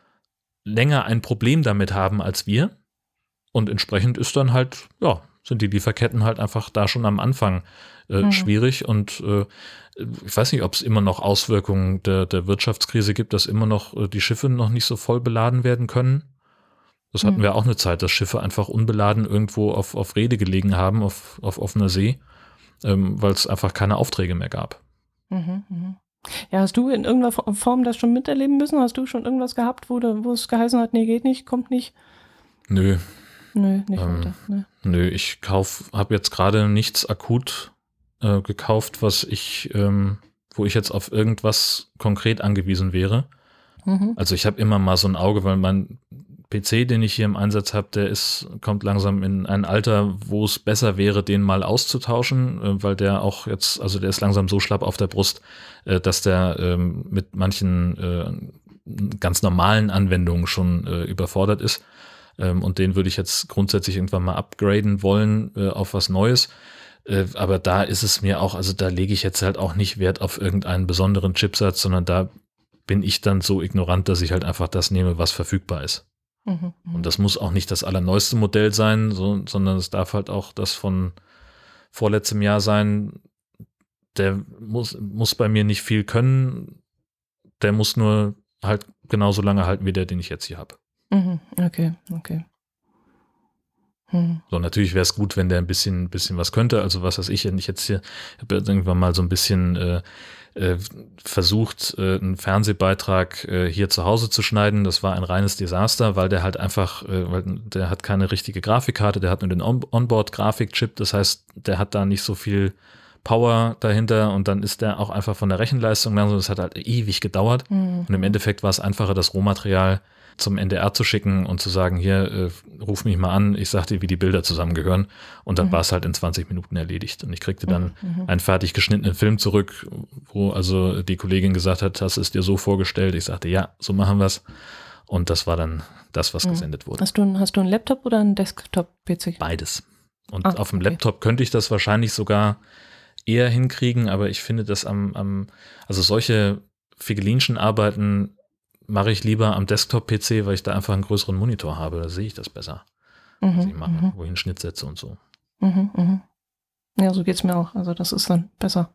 länger ein Problem damit haben als wir. Und entsprechend ist dann halt, sind die Lieferketten halt einfach da schon am Anfang schwierig und ich weiß nicht, ob es immer noch Auswirkungen der Wirtschaftskrise gibt, dass immer noch die Schiffe noch nicht so voll beladen werden können. Das hatten wir auch eine Zeit, dass Schiffe einfach unbeladen irgendwo auf Reede gelegen haben, auf offener See, weil es einfach keine Aufträge mehr gab. Ja, hast du in irgendeiner Form das schon miterleben müssen? Hast du schon irgendwas gehabt, wo es geheißen hat, nee, geht nicht, kommt nicht? Nö. Nö, nicht weiter. Ne. Nö, ich habe jetzt gerade nichts akut gekauft, wo ich jetzt auf irgendwas konkret angewiesen wäre. Mhm. Also ich habe immer mal so ein Auge, weil mein PC, den ich hier im Einsatz habe, kommt langsam in ein Alter, wo es besser wäre, den mal auszutauschen, weil der auch jetzt, also der ist langsam so schlapp auf der Brust, dass der mit manchen ganz normalen Anwendungen schon überfordert ist. Und den würde ich jetzt grundsätzlich irgendwann mal upgraden wollen auf was Neues. Aber da ist es mir auch, also da lege ich jetzt halt auch nicht Wert auf irgendeinen besonderen Chipsatz, sondern da bin ich dann so ignorant, dass ich halt einfach das nehme, was verfügbar ist. Mhm. Und das muss auch nicht das allerneueste Modell sein, sondern es darf halt auch das von vorletztem Jahr sein. Der muss bei mir nicht viel können. Der muss nur halt genauso lange halten wie der, den ich jetzt hier habe. Mhm. Okay. So, natürlich wäre es gut, wenn der ein bisschen was könnte. Also was weiß ich, wenn ich jetzt hier, ich habe ja irgendwann mal so ein bisschen versucht, einen Fernsehbeitrag hier zu Hause zu schneiden. Das war ein reines Desaster, weil der halt einfach, weil der hat keine richtige Grafikkarte, der hat nur den Onboard-Grafikchip. Das heißt, der hat da nicht so viel Power dahinter und dann ist der auch einfach von der Rechenleistung langsam. Das hat halt ewig gedauert. Und im Endeffekt war es einfacher, das Rohmaterial zum NDR zu schicken und zu sagen, hier, ruf mich mal an, ich sag dir, wie die Bilder zusammengehören. Und dann war es halt in 20 Minuten erledigt. Und ich kriegte dann einen fertig geschnittenen Film zurück, wo also die Kollegin gesagt hat, hast du es dir so vorgestellt? Ich sagte, ja, so machen wir es. Und das war dann das, was gesendet wurde. Hast du einen Laptop oder einen Desktop-PC? Beides. Und auf dem Laptop könnte ich das wahrscheinlich sogar eher hinkriegen, aber ich finde das also solche Figelinchen Arbeiten mache ich lieber am Desktop-PC, weil ich da einfach einen größeren Monitor habe. Da sehe ich das besser, was ich mache, wo ich einen Schnitt setze und so. Ja, so geht es mir auch. Also das ist dann besser.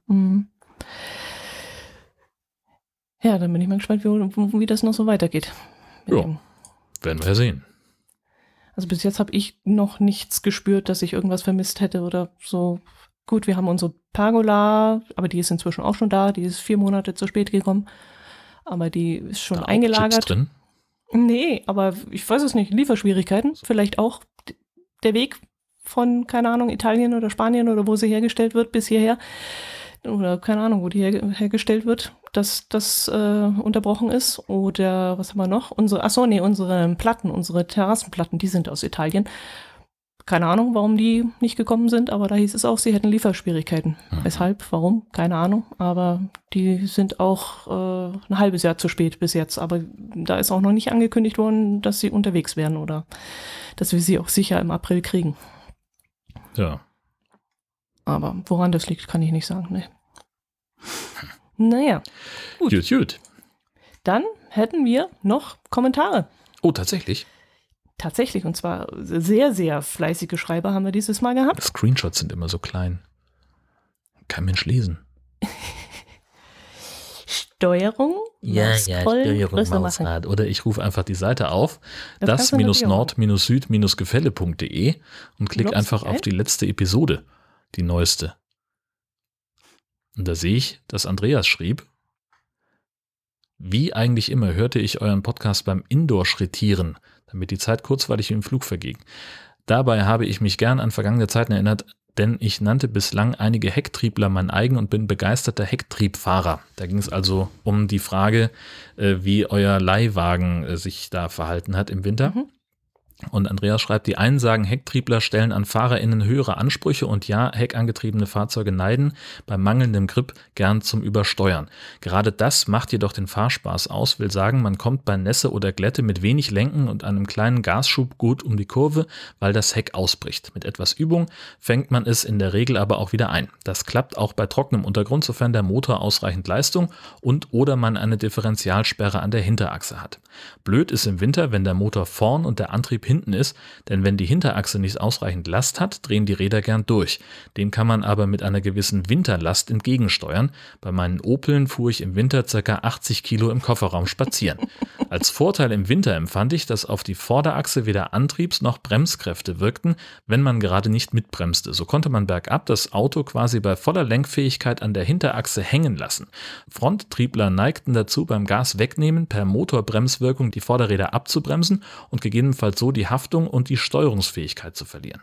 Ja, dann bin ich mal gespannt, wie das noch so weitergeht. Ja, werden wir ja sehen. Also bis jetzt habe ich noch nichts gespürt, dass ich irgendwas vermisst hätte oder so. Gut, wir haben unsere Pergola, aber die ist inzwischen auch schon da. Die ist 4 Monate zu spät gekommen. Aber die ist schon eingelagert. Chips drin? Nee, aber ich weiß es nicht. Lieferschwierigkeiten. Vielleicht auch der Weg von, keine Ahnung, Italien oder Spanien oder wo sie hergestellt wird bis hierher. Oder keine Ahnung, wo die hergestellt wird, dass das unterbrochen ist. Oder was haben wir noch? Unsere Platten, unsere Terrassenplatten, die sind aus Italien. Keine Ahnung, warum die nicht gekommen sind, aber da hieß es auch, sie hätten Lieferschwierigkeiten. Weshalb, warum, keine Ahnung, aber die sind auch ein halbes Jahr zu spät bis jetzt. Aber da ist auch noch nicht angekündigt worden, dass sie unterwegs wären oder dass wir sie auch sicher im April kriegen. Ja. Aber woran das liegt, kann ich nicht sagen. Ne. Naja, Gut. Dann hätten wir noch Kommentare. Oh, tatsächlich? Tatsächlich, und zwar sehr, sehr fleißige Schreiber haben wir dieses Mal gehabt. Screenshots sind immer so klein. Kein Mensch lesen. Steuerung. Steuerung Mausrad. Oder ich rufe einfach die Seite auf, das-nord-süd-gefälle.de und klick einfach auf die letzte Episode, die neueste. Und da sehe ich, dass Andreas schrieb, wie eigentlich immer hörte ich euren Podcast beim Indoor-Schrittieren, damit die Zeit kurzweilig im Flug verging. Dabei habe ich mich gern an vergangene Zeiten erinnert, denn ich nannte bislang einige Hecktriebler mein eigen und bin begeisterter Hecktriebfahrer. Da ging es also um die Frage, wie euer Leihwagen sich da verhalten hat im Winter. Und Andreas schreibt, die einen sagen, Hecktriebler stellen an FahrerInnen höhere Ansprüche und ja, heckangetriebene Fahrzeuge neigen bei mangelndem Grip gern zum Übersteuern. Gerade das macht jedoch den Fahrspaß aus, will sagen, man kommt bei Nässe oder Glätte mit wenig Lenken und einem kleinen Gasschub gut um die Kurve, weil das Heck ausbricht. Mit etwas Übung fängt man es in der Regel aber auch wieder ein. Das klappt auch bei trockenem Untergrund, sofern der Motor ausreichend Leistung und oder man eine Differentialsperre an der Hinterachse hat. Blöd ist im Winter, wenn der Motor vorn und der Antrieb hinten ist, denn wenn die Hinterachse nicht ausreichend Last hat, drehen die Räder gern durch. Dem kann man aber mit einer gewissen Winterlast entgegensteuern. Bei meinen Opeln fuhr ich im Winter ca. 80 Kilo im Kofferraum spazieren. Als Vorteil im Winter empfand ich, dass auf die Vorderachse weder Antriebs- noch Bremskräfte wirkten, wenn man gerade nicht mitbremste. So konnte man bergab das Auto quasi bei voller Lenkfähigkeit an der Hinterachse hängen lassen. Fronttriebler neigten dazu, beim Gas wegnehmen per Motorbremswirkung die Vorderräder abzubremsen und gegebenenfalls so die Haftung und die Steuerungsfähigkeit zu verlieren.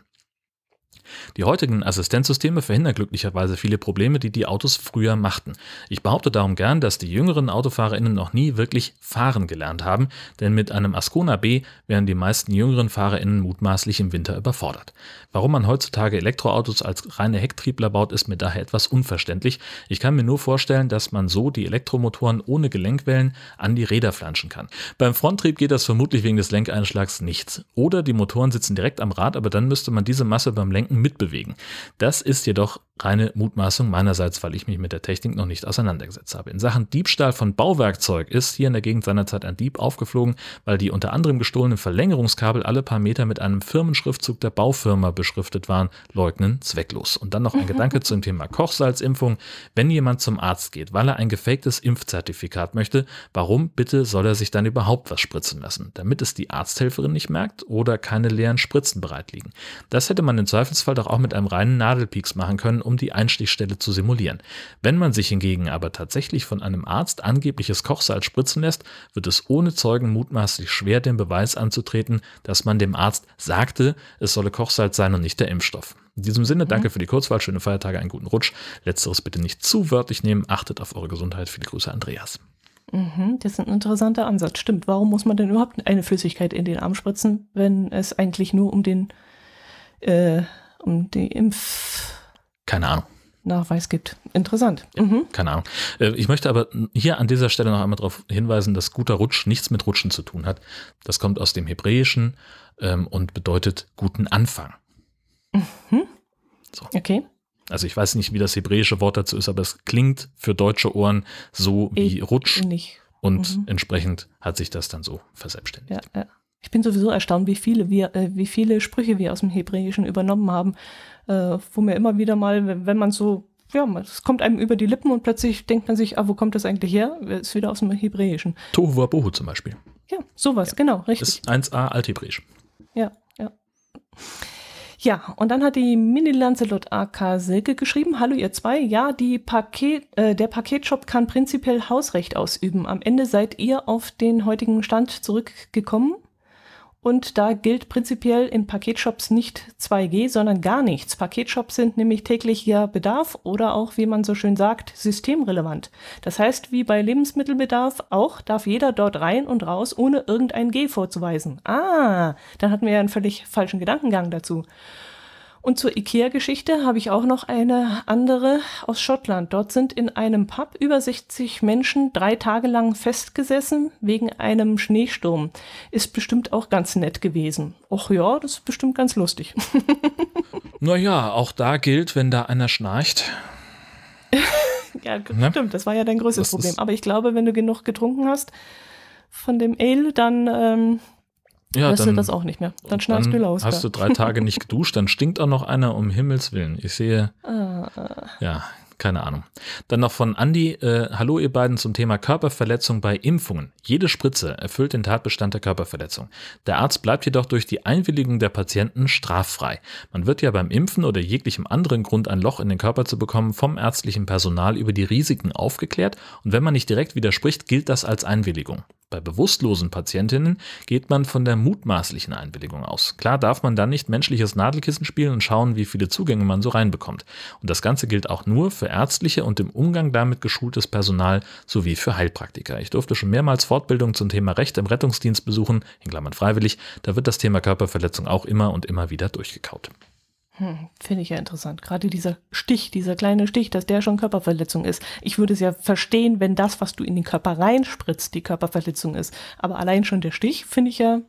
Die heutigen Assistenzsysteme verhindern glücklicherweise viele Probleme, die die Autos früher machten. Ich behaupte darum gern, dass die jüngeren AutofahrerInnen noch nie wirklich fahren gelernt haben, denn mit einem Ascona B wären die meisten jüngeren FahrerInnen mutmaßlich im Winter überfordert. Warum man heutzutage Elektroautos als reine Hecktriebler baut, ist mir daher etwas unverständlich. Ich kann mir nur vorstellen, dass man so die Elektromotoren ohne Gelenkwellen an die Räder flanschen kann. Beim Fronttrieb geht das vermutlich wegen des Lenkeinschlags nicht. Oder die Motoren sitzen direkt am Rad, aber dann müsste man diese Masse beim Lenken mitbewegen. Das ist jedoch reine Mutmaßung meinerseits, weil ich mich mit der Technik noch nicht auseinandergesetzt habe. In Sachen Diebstahl von Bauwerkzeug ist hier in der Gegend seinerzeit ein Dieb aufgeflogen, weil die unter anderem gestohlenen Verlängerungskabel alle paar Meter mit einem Firmenschriftzug der Baufirma beschriftet waren, leugnen zwecklos. Und dann noch ein Gedanke zum Thema Kochsalzimpfung. Wenn jemand zum Arzt geht, weil er ein gefaktes Impfzertifikat möchte, warum bitte soll er sich dann überhaupt was spritzen lassen? Damit es die Arzthelferin nicht merkt oder keine leeren Spritzen bereit liegen. Das hätte man im Zweifelsfall doch auch mit einem reinen Nadelpieks machen können, um die Einstichstelle zu simulieren. Wenn man sich hingegen aber tatsächlich von einem Arzt angebliches Kochsalz spritzen lässt, wird es ohne Zeugen mutmaßlich schwer, den Beweis anzutreten, dass man dem Arzt sagte, es solle Kochsalz sein und nicht der Impfstoff. In diesem Sinne, danke für die Kurzwahl, schöne Feiertage, einen guten Rutsch. Letzteres bitte nicht zu wörtlich nehmen, achtet auf eure Gesundheit. Viele Grüße, Andreas. Das ist ein interessanter Ansatz. Stimmt, warum muss man denn überhaupt eine Flüssigkeit in den Arm spritzen, wenn es eigentlich nur um die Keine Ahnung. Nachweis gibt. Interessant. Ja, keine Ahnung. Ich möchte aber hier an dieser Stelle noch einmal darauf hinweisen, dass guter Rutsch nichts mit Rutschen zu tun hat. Das kommt aus dem Hebräischen und bedeutet guten Anfang. So. Okay. Also ich weiß nicht, wie das hebräische Wort dazu ist, aber es klingt für deutsche Ohren so wie Rutsch. Nicht. Und entsprechend hat sich das dann so verselbstständigt. Ja. Ich bin sowieso erstaunt, wie viele Sprüche wir aus dem Hebräischen übernommen haben, wo mir immer wieder mal, wenn man so, es kommt einem über die Lippen und plötzlich denkt man sich, wo kommt das eigentlich her? Ist wieder aus dem Hebräischen. Tohu Wabohu zum Beispiel. Ja, sowas, genau, richtig. Ist 1a Althebräisch. Ja. Ja, und dann hat die Mini-Lancelot AK Silke geschrieben, hallo ihr zwei, ja, der Paketshop kann prinzipiell Hausrecht ausüben. Am Ende seid ihr auf den heutigen Stand zurückgekommen. Und da gilt prinzipiell in Paketshops nicht 2G, sondern gar nichts. Paketshops sind nämlich täglicher Bedarf oder auch, wie man so schön sagt, systemrelevant. Das heißt, wie bei Lebensmittelbedarf auch, darf jeder dort rein und raus, ohne irgendein G vorzuweisen. Dann hatten wir ja einen völlig falschen Gedankengang dazu. Und zur IKEA-Geschichte habe ich auch noch eine andere aus Schottland. Dort sind in einem Pub über 60 Menschen 3 Tage lang festgesessen wegen einem Schneesturm. Ist bestimmt auch ganz nett gewesen. Och ja, das ist bestimmt ganz lustig. Naja, auch da gilt, wenn da einer schnarcht. Ja, stimmt, das war ja dein größtes Problem. Aber ich glaube, wenn du genug getrunken hast von dem Ale, dann weißt du das auch nicht mehr. Dann schnarchst du los. Hast du 3 Tage nicht geduscht, dann stinkt auch noch einer, um Himmels Willen. Ich sehe, ja, keine Ahnung. Dann noch von Andi, hallo ihr beiden zum Thema Körperverletzung bei Impfungen. Jede Spritze erfüllt den Tatbestand der Körperverletzung. Der Arzt bleibt jedoch durch die Einwilligung der Patienten straffrei. Man wird ja beim Impfen oder jeglichem anderen Grund, ein Loch in den Körper zu bekommen, vom ärztlichen Personal über die Risiken aufgeklärt und wenn man nicht direkt widerspricht, gilt das als Einwilligung. Bei bewusstlosen Patientinnen geht man von der mutmaßlichen Einwilligung aus. Klar darf man dann nicht menschliches Nadelkissen spielen und schauen, wie viele Zugänge man so reinbekommt. Und das Ganze gilt auch nur für ärztliche und im Umgang damit geschultes Personal sowie für Heilpraktiker. Ich durfte schon mehrmals Fortbildungen zum Thema Recht im Rettungsdienst besuchen, in Klammern freiwillig. Da wird das Thema Körperverletzung auch immer und immer wieder durchgekaut. Finde ich ja interessant. Gerade dieser kleine Stich, dass der schon Körperverletzung ist. Ich würde es ja verstehen, wenn das, was du in den Körper reinspritzt, die Körperverletzung ist. Aber allein schon der Stich finde ich ja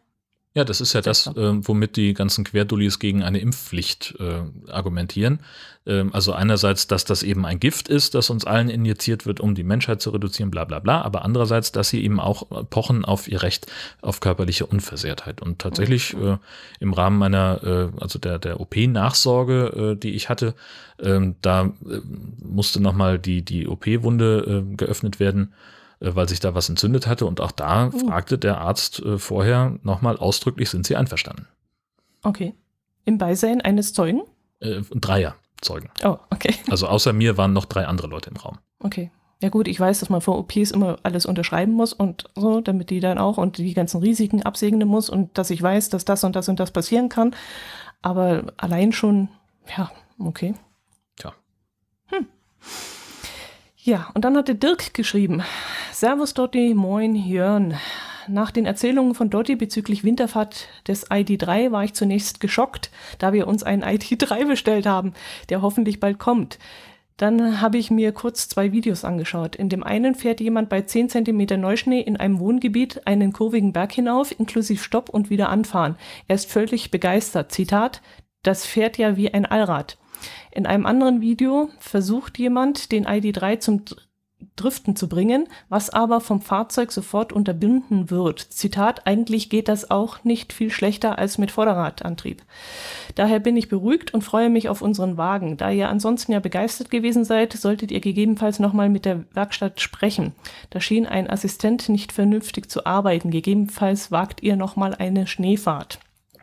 Ja, das ist ja das, womit die ganzen Querdullis gegen eine Impfpflicht argumentieren. Also einerseits, dass das eben ein Gift ist, das uns allen injiziert wird, um die Menschheit zu reduzieren, bla bla bla, aber andererseits, dass sie eben auch pochen auf ihr Recht auf körperliche Unversehrtheit. Und tatsächlich im Rahmen meiner, also der OP-Nachsorge, die ich hatte, da musste nochmal die OP-Wunde geöffnet werden, weil sich da was entzündet hatte. Und auch da fragte der Arzt vorher nochmal ausdrücklich, sind Sie einverstanden? Okay. Im Beisein eines Zeugen? 3 Zeugen. Oh, okay. Also außer mir waren noch 3 andere Leute im Raum. Okay. Ja gut, ich weiß, dass man vor OPs immer alles unterschreiben muss und so, damit die dann auch und die ganzen Risiken absegnen muss und dass ich weiß, dass das und das und das passieren kann. Aber allein schon, ja, okay. Tja. Ja, und dann hatte Dirk geschrieben, Servus Dotti, moin Jörn. Nach den Erzählungen von Dotti bezüglich Winterfahrt des ID3 war ich zunächst geschockt, da wir uns einen ID3 bestellt haben, der hoffentlich bald kommt. Dann habe ich mir kurz 2 Videos angeschaut. In dem einen fährt jemand bei 10 cm Neuschnee in einem Wohngebiet einen kurvigen Berg hinauf, inklusive Stopp und wieder anfahren. Er ist völlig begeistert. Zitat, das fährt ja wie ein Allrad. In einem anderen Video versucht jemand, den ID3 zum Driften zu bringen, was aber vom Fahrzeug sofort unterbunden wird. Zitat, eigentlich geht das auch nicht viel schlechter als mit Vorderradantrieb. Daher bin ich beruhigt und freue mich auf unseren Wagen. Da ihr ansonsten ja begeistert gewesen seid, solltet ihr gegebenenfalls nochmal mit der Werkstatt sprechen. Da schien ein Assistent nicht vernünftig zu arbeiten. Gegebenenfalls wagt ihr nochmal eine Schneefahrt.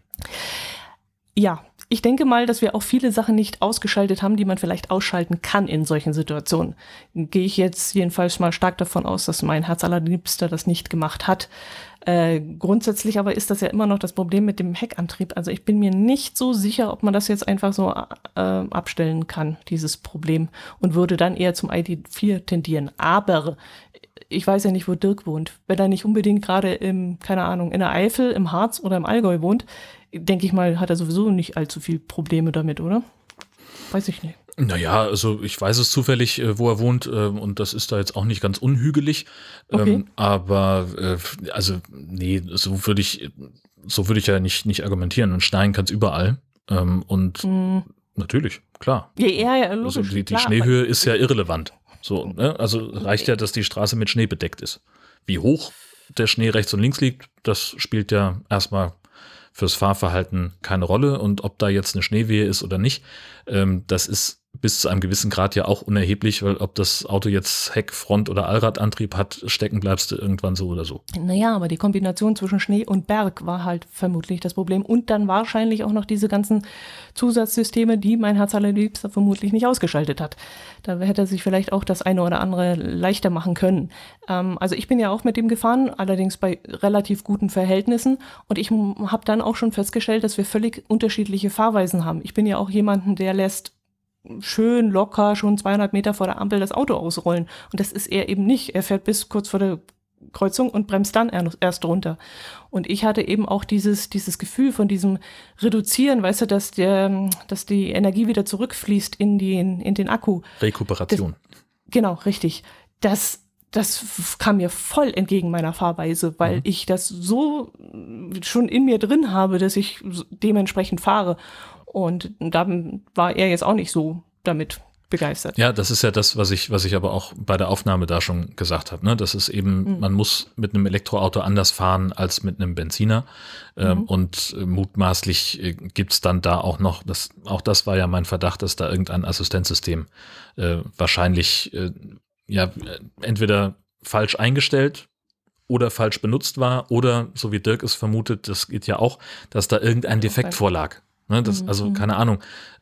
Ja, ich denke mal, dass wir auch viele Sachen nicht ausgeschaltet haben, die man vielleicht ausschalten kann in solchen Situationen. Gehe ich jetzt jedenfalls mal stark davon aus, dass mein Herzallerliebster das nicht gemacht hat. Grundsätzlich aber ist das ja immer noch das Problem mit dem Heckantrieb. Also ich bin mir nicht so sicher, ob man das jetzt einfach so abstellen kann, dieses Problem, und würde dann eher zum ID4 tendieren. Aber ich weiß ja nicht, wo Dirk wohnt. Wenn er nicht unbedingt gerade keine Ahnung, in der Eifel, im Harz oder im Allgäu wohnt, denke ich mal, hat er sowieso nicht allzu viel Probleme damit, oder? Weiß ich nicht. Naja, also ich weiß es zufällig, wo er wohnt, und das ist da jetzt auch nicht ganz unhügelig. Okay. Aber also nee, so würde ich ja nicht argumentieren. Und schneien kann es überall. Und natürlich, klar. Ja, logisch. Also die klar, Schneehöhe ist ja irrelevant. So, ne? Also reicht ja, dass die Straße mit Schnee bedeckt ist. Wie hoch der Schnee rechts und links liegt, das spielt ja erstmal fürs Fahrverhalten keine Rolle. Und ob da jetzt eine Schneewehe ist oder nicht, das ist bis zu einem gewissen Grad ja auch unerheblich, weil ob das Auto jetzt Heck-, Front- oder Allradantrieb hat, stecken bleibst du irgendwann so oder so. Naja, aber die Kombination zwischen Schnee und Berg war halt vermutlich das Problem. Und dann wahrscheinlich auch noch diese ganzen Zusatzsysteme, die mein Herzallerliebster vermutlich nicht ausgeschaltet hat. Da hätte er sich vielleicht auch das eine oder andere leichter machen können. Also ich bin ja auch mit dem gefahren, allerdings bei relativ guten Verhältnissen. Und ich habe dann auch schon festgestellt, dass wir völlig unterschiedliche Fahrweisen haben. Ich bin ja auch jemanden, der lässt schön locker schon 200 Meter vor der Ampel das Auto ausrollen. Und das ist er eben nicht. Er fährt bis kurz vor der Kreuzung und bremst dann erst runter. Und ich hatte eben auch dieses Gefühl von diesem Reduzieren, weißt du, dass die Energie wieder zurückfließt in den Akku. Rekuperation. Genau, richtig. Das kam mir voll entgegen meiner Fahrweise, weil ich das so schon in mir drin habe, dass ich dementsprechend fahre. Und da war er jetzt auch nicht so damit begeistert. Ja, das ist ja das, was ich aber auch bei der Aufnahme da schon gesagt habe. Ne? Das ist eben, man muss mit einem Elektroauto anders fahren als mit einem Benziner. Und mutmaßlich gibt's dann da auch noch, auch das war ja mein Verdacht, dass da irgendein Assistenzsystem wahrscheinlich entweder falsch eingestellt oder falsch benutzt war oder, so wie Dirk es vermutet, das geht ja auch, dass da irgendein Defekt vorlag. Ne, also keine Ahnung,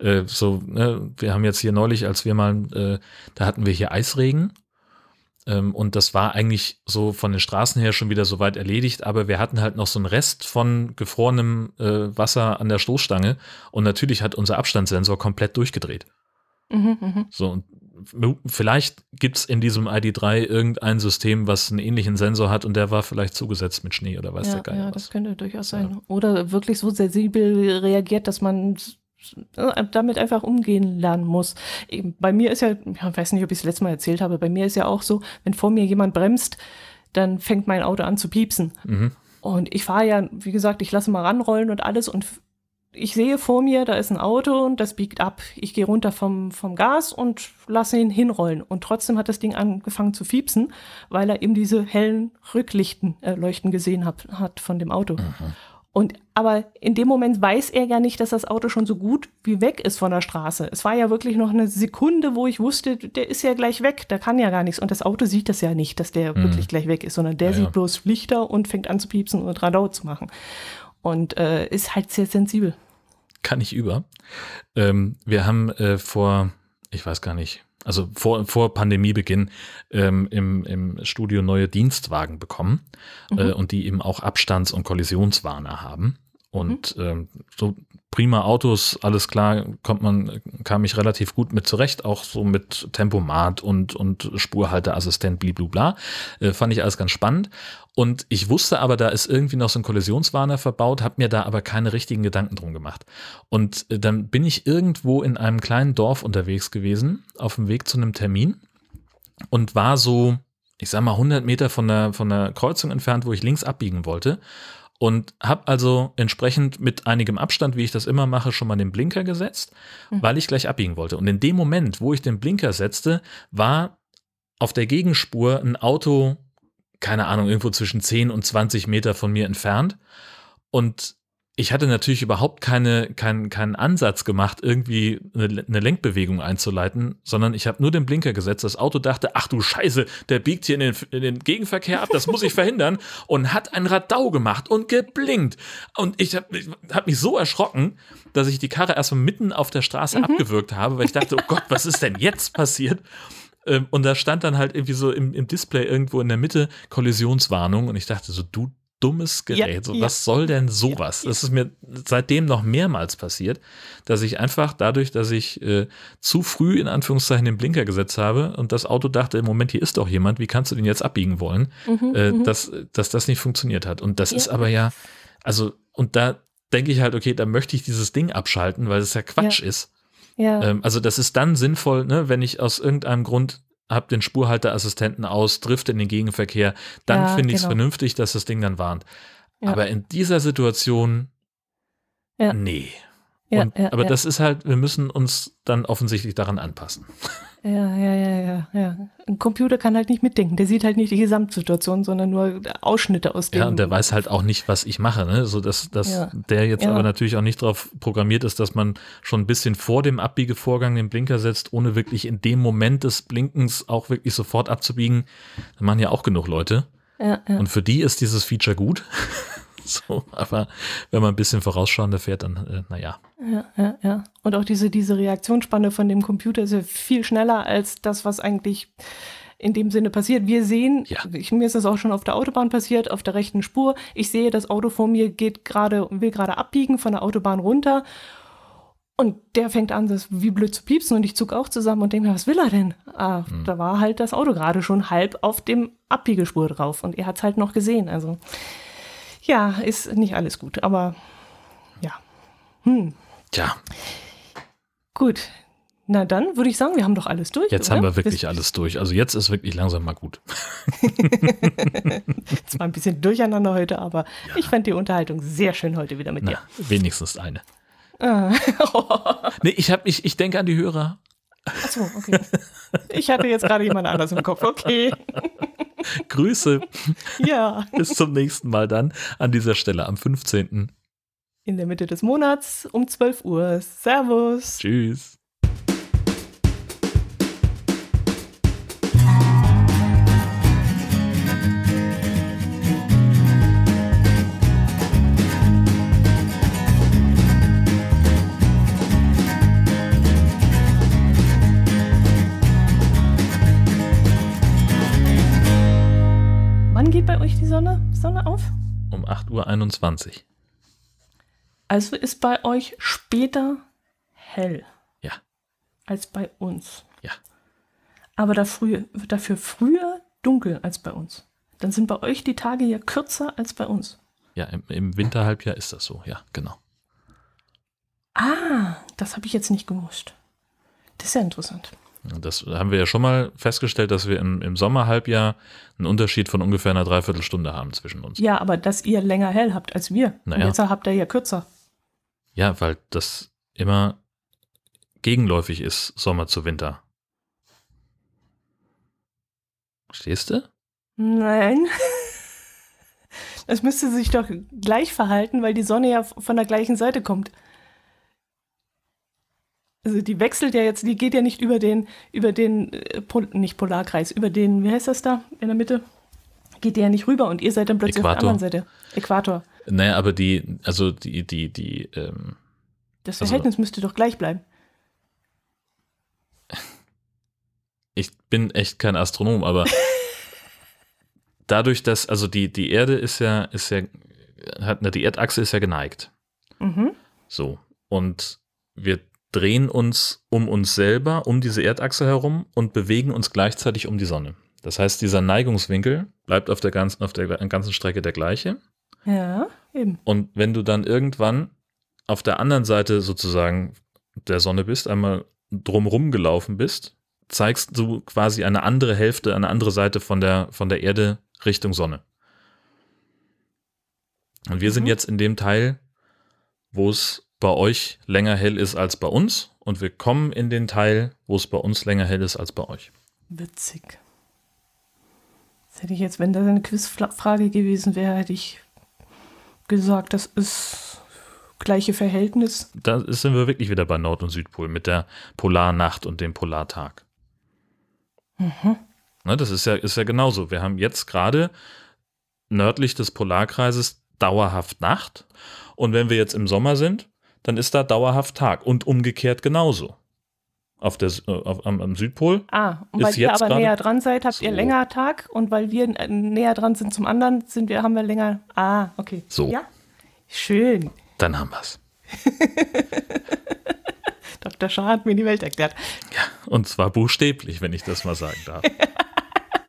wir haben jetzt hier neulich, als wir mal, da hatten wir hier Eisregen, und das war eigentlich so von den Straßen her schon wieder soweit erledigt, aber wir hatten halt noch so einen Rest von gefrorenem Wasser an der Stoßstange und natürlich hat unser Abstandssensor komplett durchgedreht. So, und vielleicht gibt's in diesem ID3 irgendein System, was einen ähnlichen Sensor hat und der war vielleicht zugesetzt mit Schnee oder weiß der Geier was. Ja, das könnte durchaus sein. Oder wirklich so sensibel reagiert, dass man damit einfach umgehen lernen muss. Bei mir ist ja, ich weiß nicht, ob ich es letztes Mal erzählt habe, bei mir ist ja auch so, wenn vor mir jemand bremst, dann fängt mein Auto an zu piepsen. Und ich fahre ja, wie gesagt, ich lasse mal ranrollen und alles und ich sehe vor mir, da ist ein Auto und das biegt ab. Ich gehe runter vom Gas und lasse ihn hinrollen. Und trotzdem hat das Ding angefangen zu fiepsen, weil er eben diese hellen Leuchten gesehen hat von dem Auto. Aber in dem Moment weiß er ja nicht, dass das Auto schon so gut wie weg ist von der Straße. Es war ja wirklich noch eine Sekunde, wo ich wusste, der ist ja gleich weg, der kann ja gar nichts. Und das Auto sieht das ja nicht, dass der wirklich gleich weg ist, sondern der sieht bloß Lichter und fängt an zu piepsen und Radau zu machen. Und ist halt sehr sensibel. Kann ich über. Wir haben ich weiß gar nicht, also vor Pandemiebeginn im Studio neue Dienstwagen bekommen und die eben auch Abstands- und Kollisionswarner haben. Und so prima Autos, alles klar, kam ich relativ gut mit zurecht, auch so mit Tempomat und Spurhalteassistent, bliblubla. Fand ich alles ganz spannend. Und ich wusste aber, da ist irgendwie noch so ein Kollisionswarner verbaut, habe mir da aber keine richtigen Gedanken drum gemacht. Und dann bin ich irgendwo in einem kleinen Dorf unterwegs gewesen, auf dem Weg zu einem Termin und war so, ich sag mal 100 Meter von der Kreuzung entfernt, wo ich links abbiegen wollte. Und habe also entsprechend mit einigem Abstand, wie ich das immer mache, schon mal den Blinker gesetzt, weil ich gleich abbiegen wollte. Und in dem Moment, wo ich den Blinker setzte, war auf der Gegenspur ein Auto, keine Ahnung, irgendwo zwischen 10 und 20 Meter von mir entfernt. Und ich hatte natürlich überhaupt keinen Ansatz gemacht, irgendwie eine Lenkbewegung einzuleiten, sondern ich habe nur den Blinker gesetzt. Das Auto dachte, ach du Scheiße, der biegt hier in den Gegenverkehr ab, das muss ich verhindern, und hat ein Radau gemacht und geblinkt. Und ich hab mich so erschrocken, dass ich die Karre erstmal mitten auf der Straße abgewürgt habe, weil ich dachte, oh Gott, was ist denn jetzt passiert? Und da stand dann halt irgendwie so im Display irgendwo in der Mitte Kollisionswarnung und ich dachte so, du dummes Gerät, was soll denn sowas? Das ist mir seitdem noch mehrmals passiert, dass ich einfach dadurch, dass ich zu früh in Anführungszeichen den Blinker gesetzt habe und das Auto dachte, im Moment, hier ist doch jemand, wie kannst du den jetzt abbiegen wollen, dass das nicht funktioniert hat. Und das ist aber und da denke ich halt, okay, da möchte ich dieses Ding abschalten, weil es ja Quatsch ist. Ja. Also das ist dann sinnvoll, ne, wenn ich aus irgendeinem Grund habe den Spurhalteassistenten aus, drifte in den Gegenverkehr, dann finde ich es vernünftig, dass das Ding dann warnt. Ja. Aber in dieser Situation, nee. Aber das ist halt, wir müssen uns dann offensichtlich daran anpassen. Ja. Ein Computer kann halt nicht mitdenken. Der sieht halt nicht die Gesamtsituation, sondern nur Ausschnitte aus dem. Ja, und der weiß halt auch nicht, was ich mache, ne? So dass der jetzt aber natürlich auch nicht darauf programmiert ist, dass man schon ein bisschen vor dem Abbiegevorgang den Blinker setzt, ohne wirklich in dem Moment des Blinkens auch wirklich sofort abzubiegen. Das machen ja auch genug Leute. Ja. Und für die ist dieses Feature gut. So, aber wenn man ein bisschen vorausschauender fährt, dann, naja. Ja. Und auch diese Reaktionsspanne von dem Computer ist ja viel schneller als das, was eigentlich in dem Sinne passiert. Wir sehen, mir ist das auch schon auf der Autobahn passiert, auf der rechten Spur. Ich sehe, das Auto vor mir will gerade abbiegen von der Autobahn runter. Und der fängt an, das wie blöd zu piepsen und ich zucke auch zusammen und denke mir, was will er denn? Da war halt das Auto gerade schon halb auf dem Abbiegespur drauf und er hat es halt noch gesehen, also ja, ist nicht alles gut, aber ja. Tja. Gut, na dann würde ich sagen, wir haben doch alles durch. Jetzt haben wir wirklich alles durch. Also jetzt ist wirklich langsam mal gut. Es war ein bisschen durcheinander heute, aber ich fand die Unterhaltung sehr schön heute wieder mit dir. Wenigstens eine. Nee, ich denke an die Hörer. Ach so, okay. Ich hatte jetzt gerade jemand anders im Kopf, okay. Grüße. Ja. Bis zum nächsten Mal dann an dieser Stelle am 15. In der Mitte des Monats um 12 Uhr. Servus. Tschüss. Geht bei euch die Sonne auf? Um 8:21 Uhr. Also ist bei euch später hell. Ja. Als bei uns. Ja. Aber dafür früher dunkel als bei uns. Dann sind bei euch die Tage ja kürzer als bei uns. Ja, im Winterhalbjahr ist das so, ja, genau. Das habe ich jetzt nicht gewusst. Das ist ja interessant. Das haben wir ja schon mal festgestellt, dass wir im Sommerhalbjahr einen Unterschied von ungefähr einer Dreiviertelstunde haben zwischen uns. Ja, aber dass ihr länger hell habt als wir. Naja. Und jetzt habt ihr ja kürzer. Ja, weil das immer gegenläufig ist, Sommer zu Winter. Verstehst du? Nein. Das müsste sich doch gleich verhalten, weil die Sonne ja von der gleichen Seite kommt. Also die wechselt ja jetzt, die geht ja nicht über den nicht Polarkreis, über den, wie heißt das da in der Mitte? Geht ja nicht rüber und ihr seid dann plötzlich Äquator. auf der anderen Seite. Äquator. Naja, aber Das Verhältnis müsste doch gleich bleiben. Ich bin echt kein Astronom, aber dadurch, dass, also die Erde die Erdachse ist ja geneigt. Mhm. So. Und wir drehen uns um uns selber, um diese Erdachse herum und bewegen uns gleichzeitig um die Sonne. Das heißt, dieser Neigungswinkel bleibt auf der ganzen Strecke der gleiche. Ja, eben. Und wenn du dann irgendwann auf der anderen Seite sozusagen der Sonne bist, einmal drumrum gelaufen bist, zeigst du quasi eine andere Hälfte, eine andere Seite von der Erde Richtung Sonne. Und wir sind jetzt in dem Teil, wo es bei euch länger hell ist als bei uns, und wir kommen in den Teil, wo es bei uns länger hell ist als bei euch. Witzig. Das hätte ich jetzt, wenn das eine Quizfrage gewesen wäre, hätte ich gesagt, das ist gleiche Verhältnis. Da sind wir wirklich wieder bei Nord- und Südpol mit der Polarnacht und dem Polartag. Mhm. Ne, das ist ja genauso. Wir haben jetzt gerade nördlich des Polarkreises dauerhaft Nacht, und wenn wir jetzt im Sommer sind, dann ist da dauerhaft Tag und umgekehrt genauso. Am Südpol. Und weil ihr aber näher dran seid, habt ihr So. länger Tag, und weil wir näher dran sind zum anderen, haben wir länger. Okay. So. Ja? Schön. Dann haben wir es. Dr. Schar hat mir die Welt erklärt. Ja, und zwar buchstäblich, wenn ich das mal sagen darf.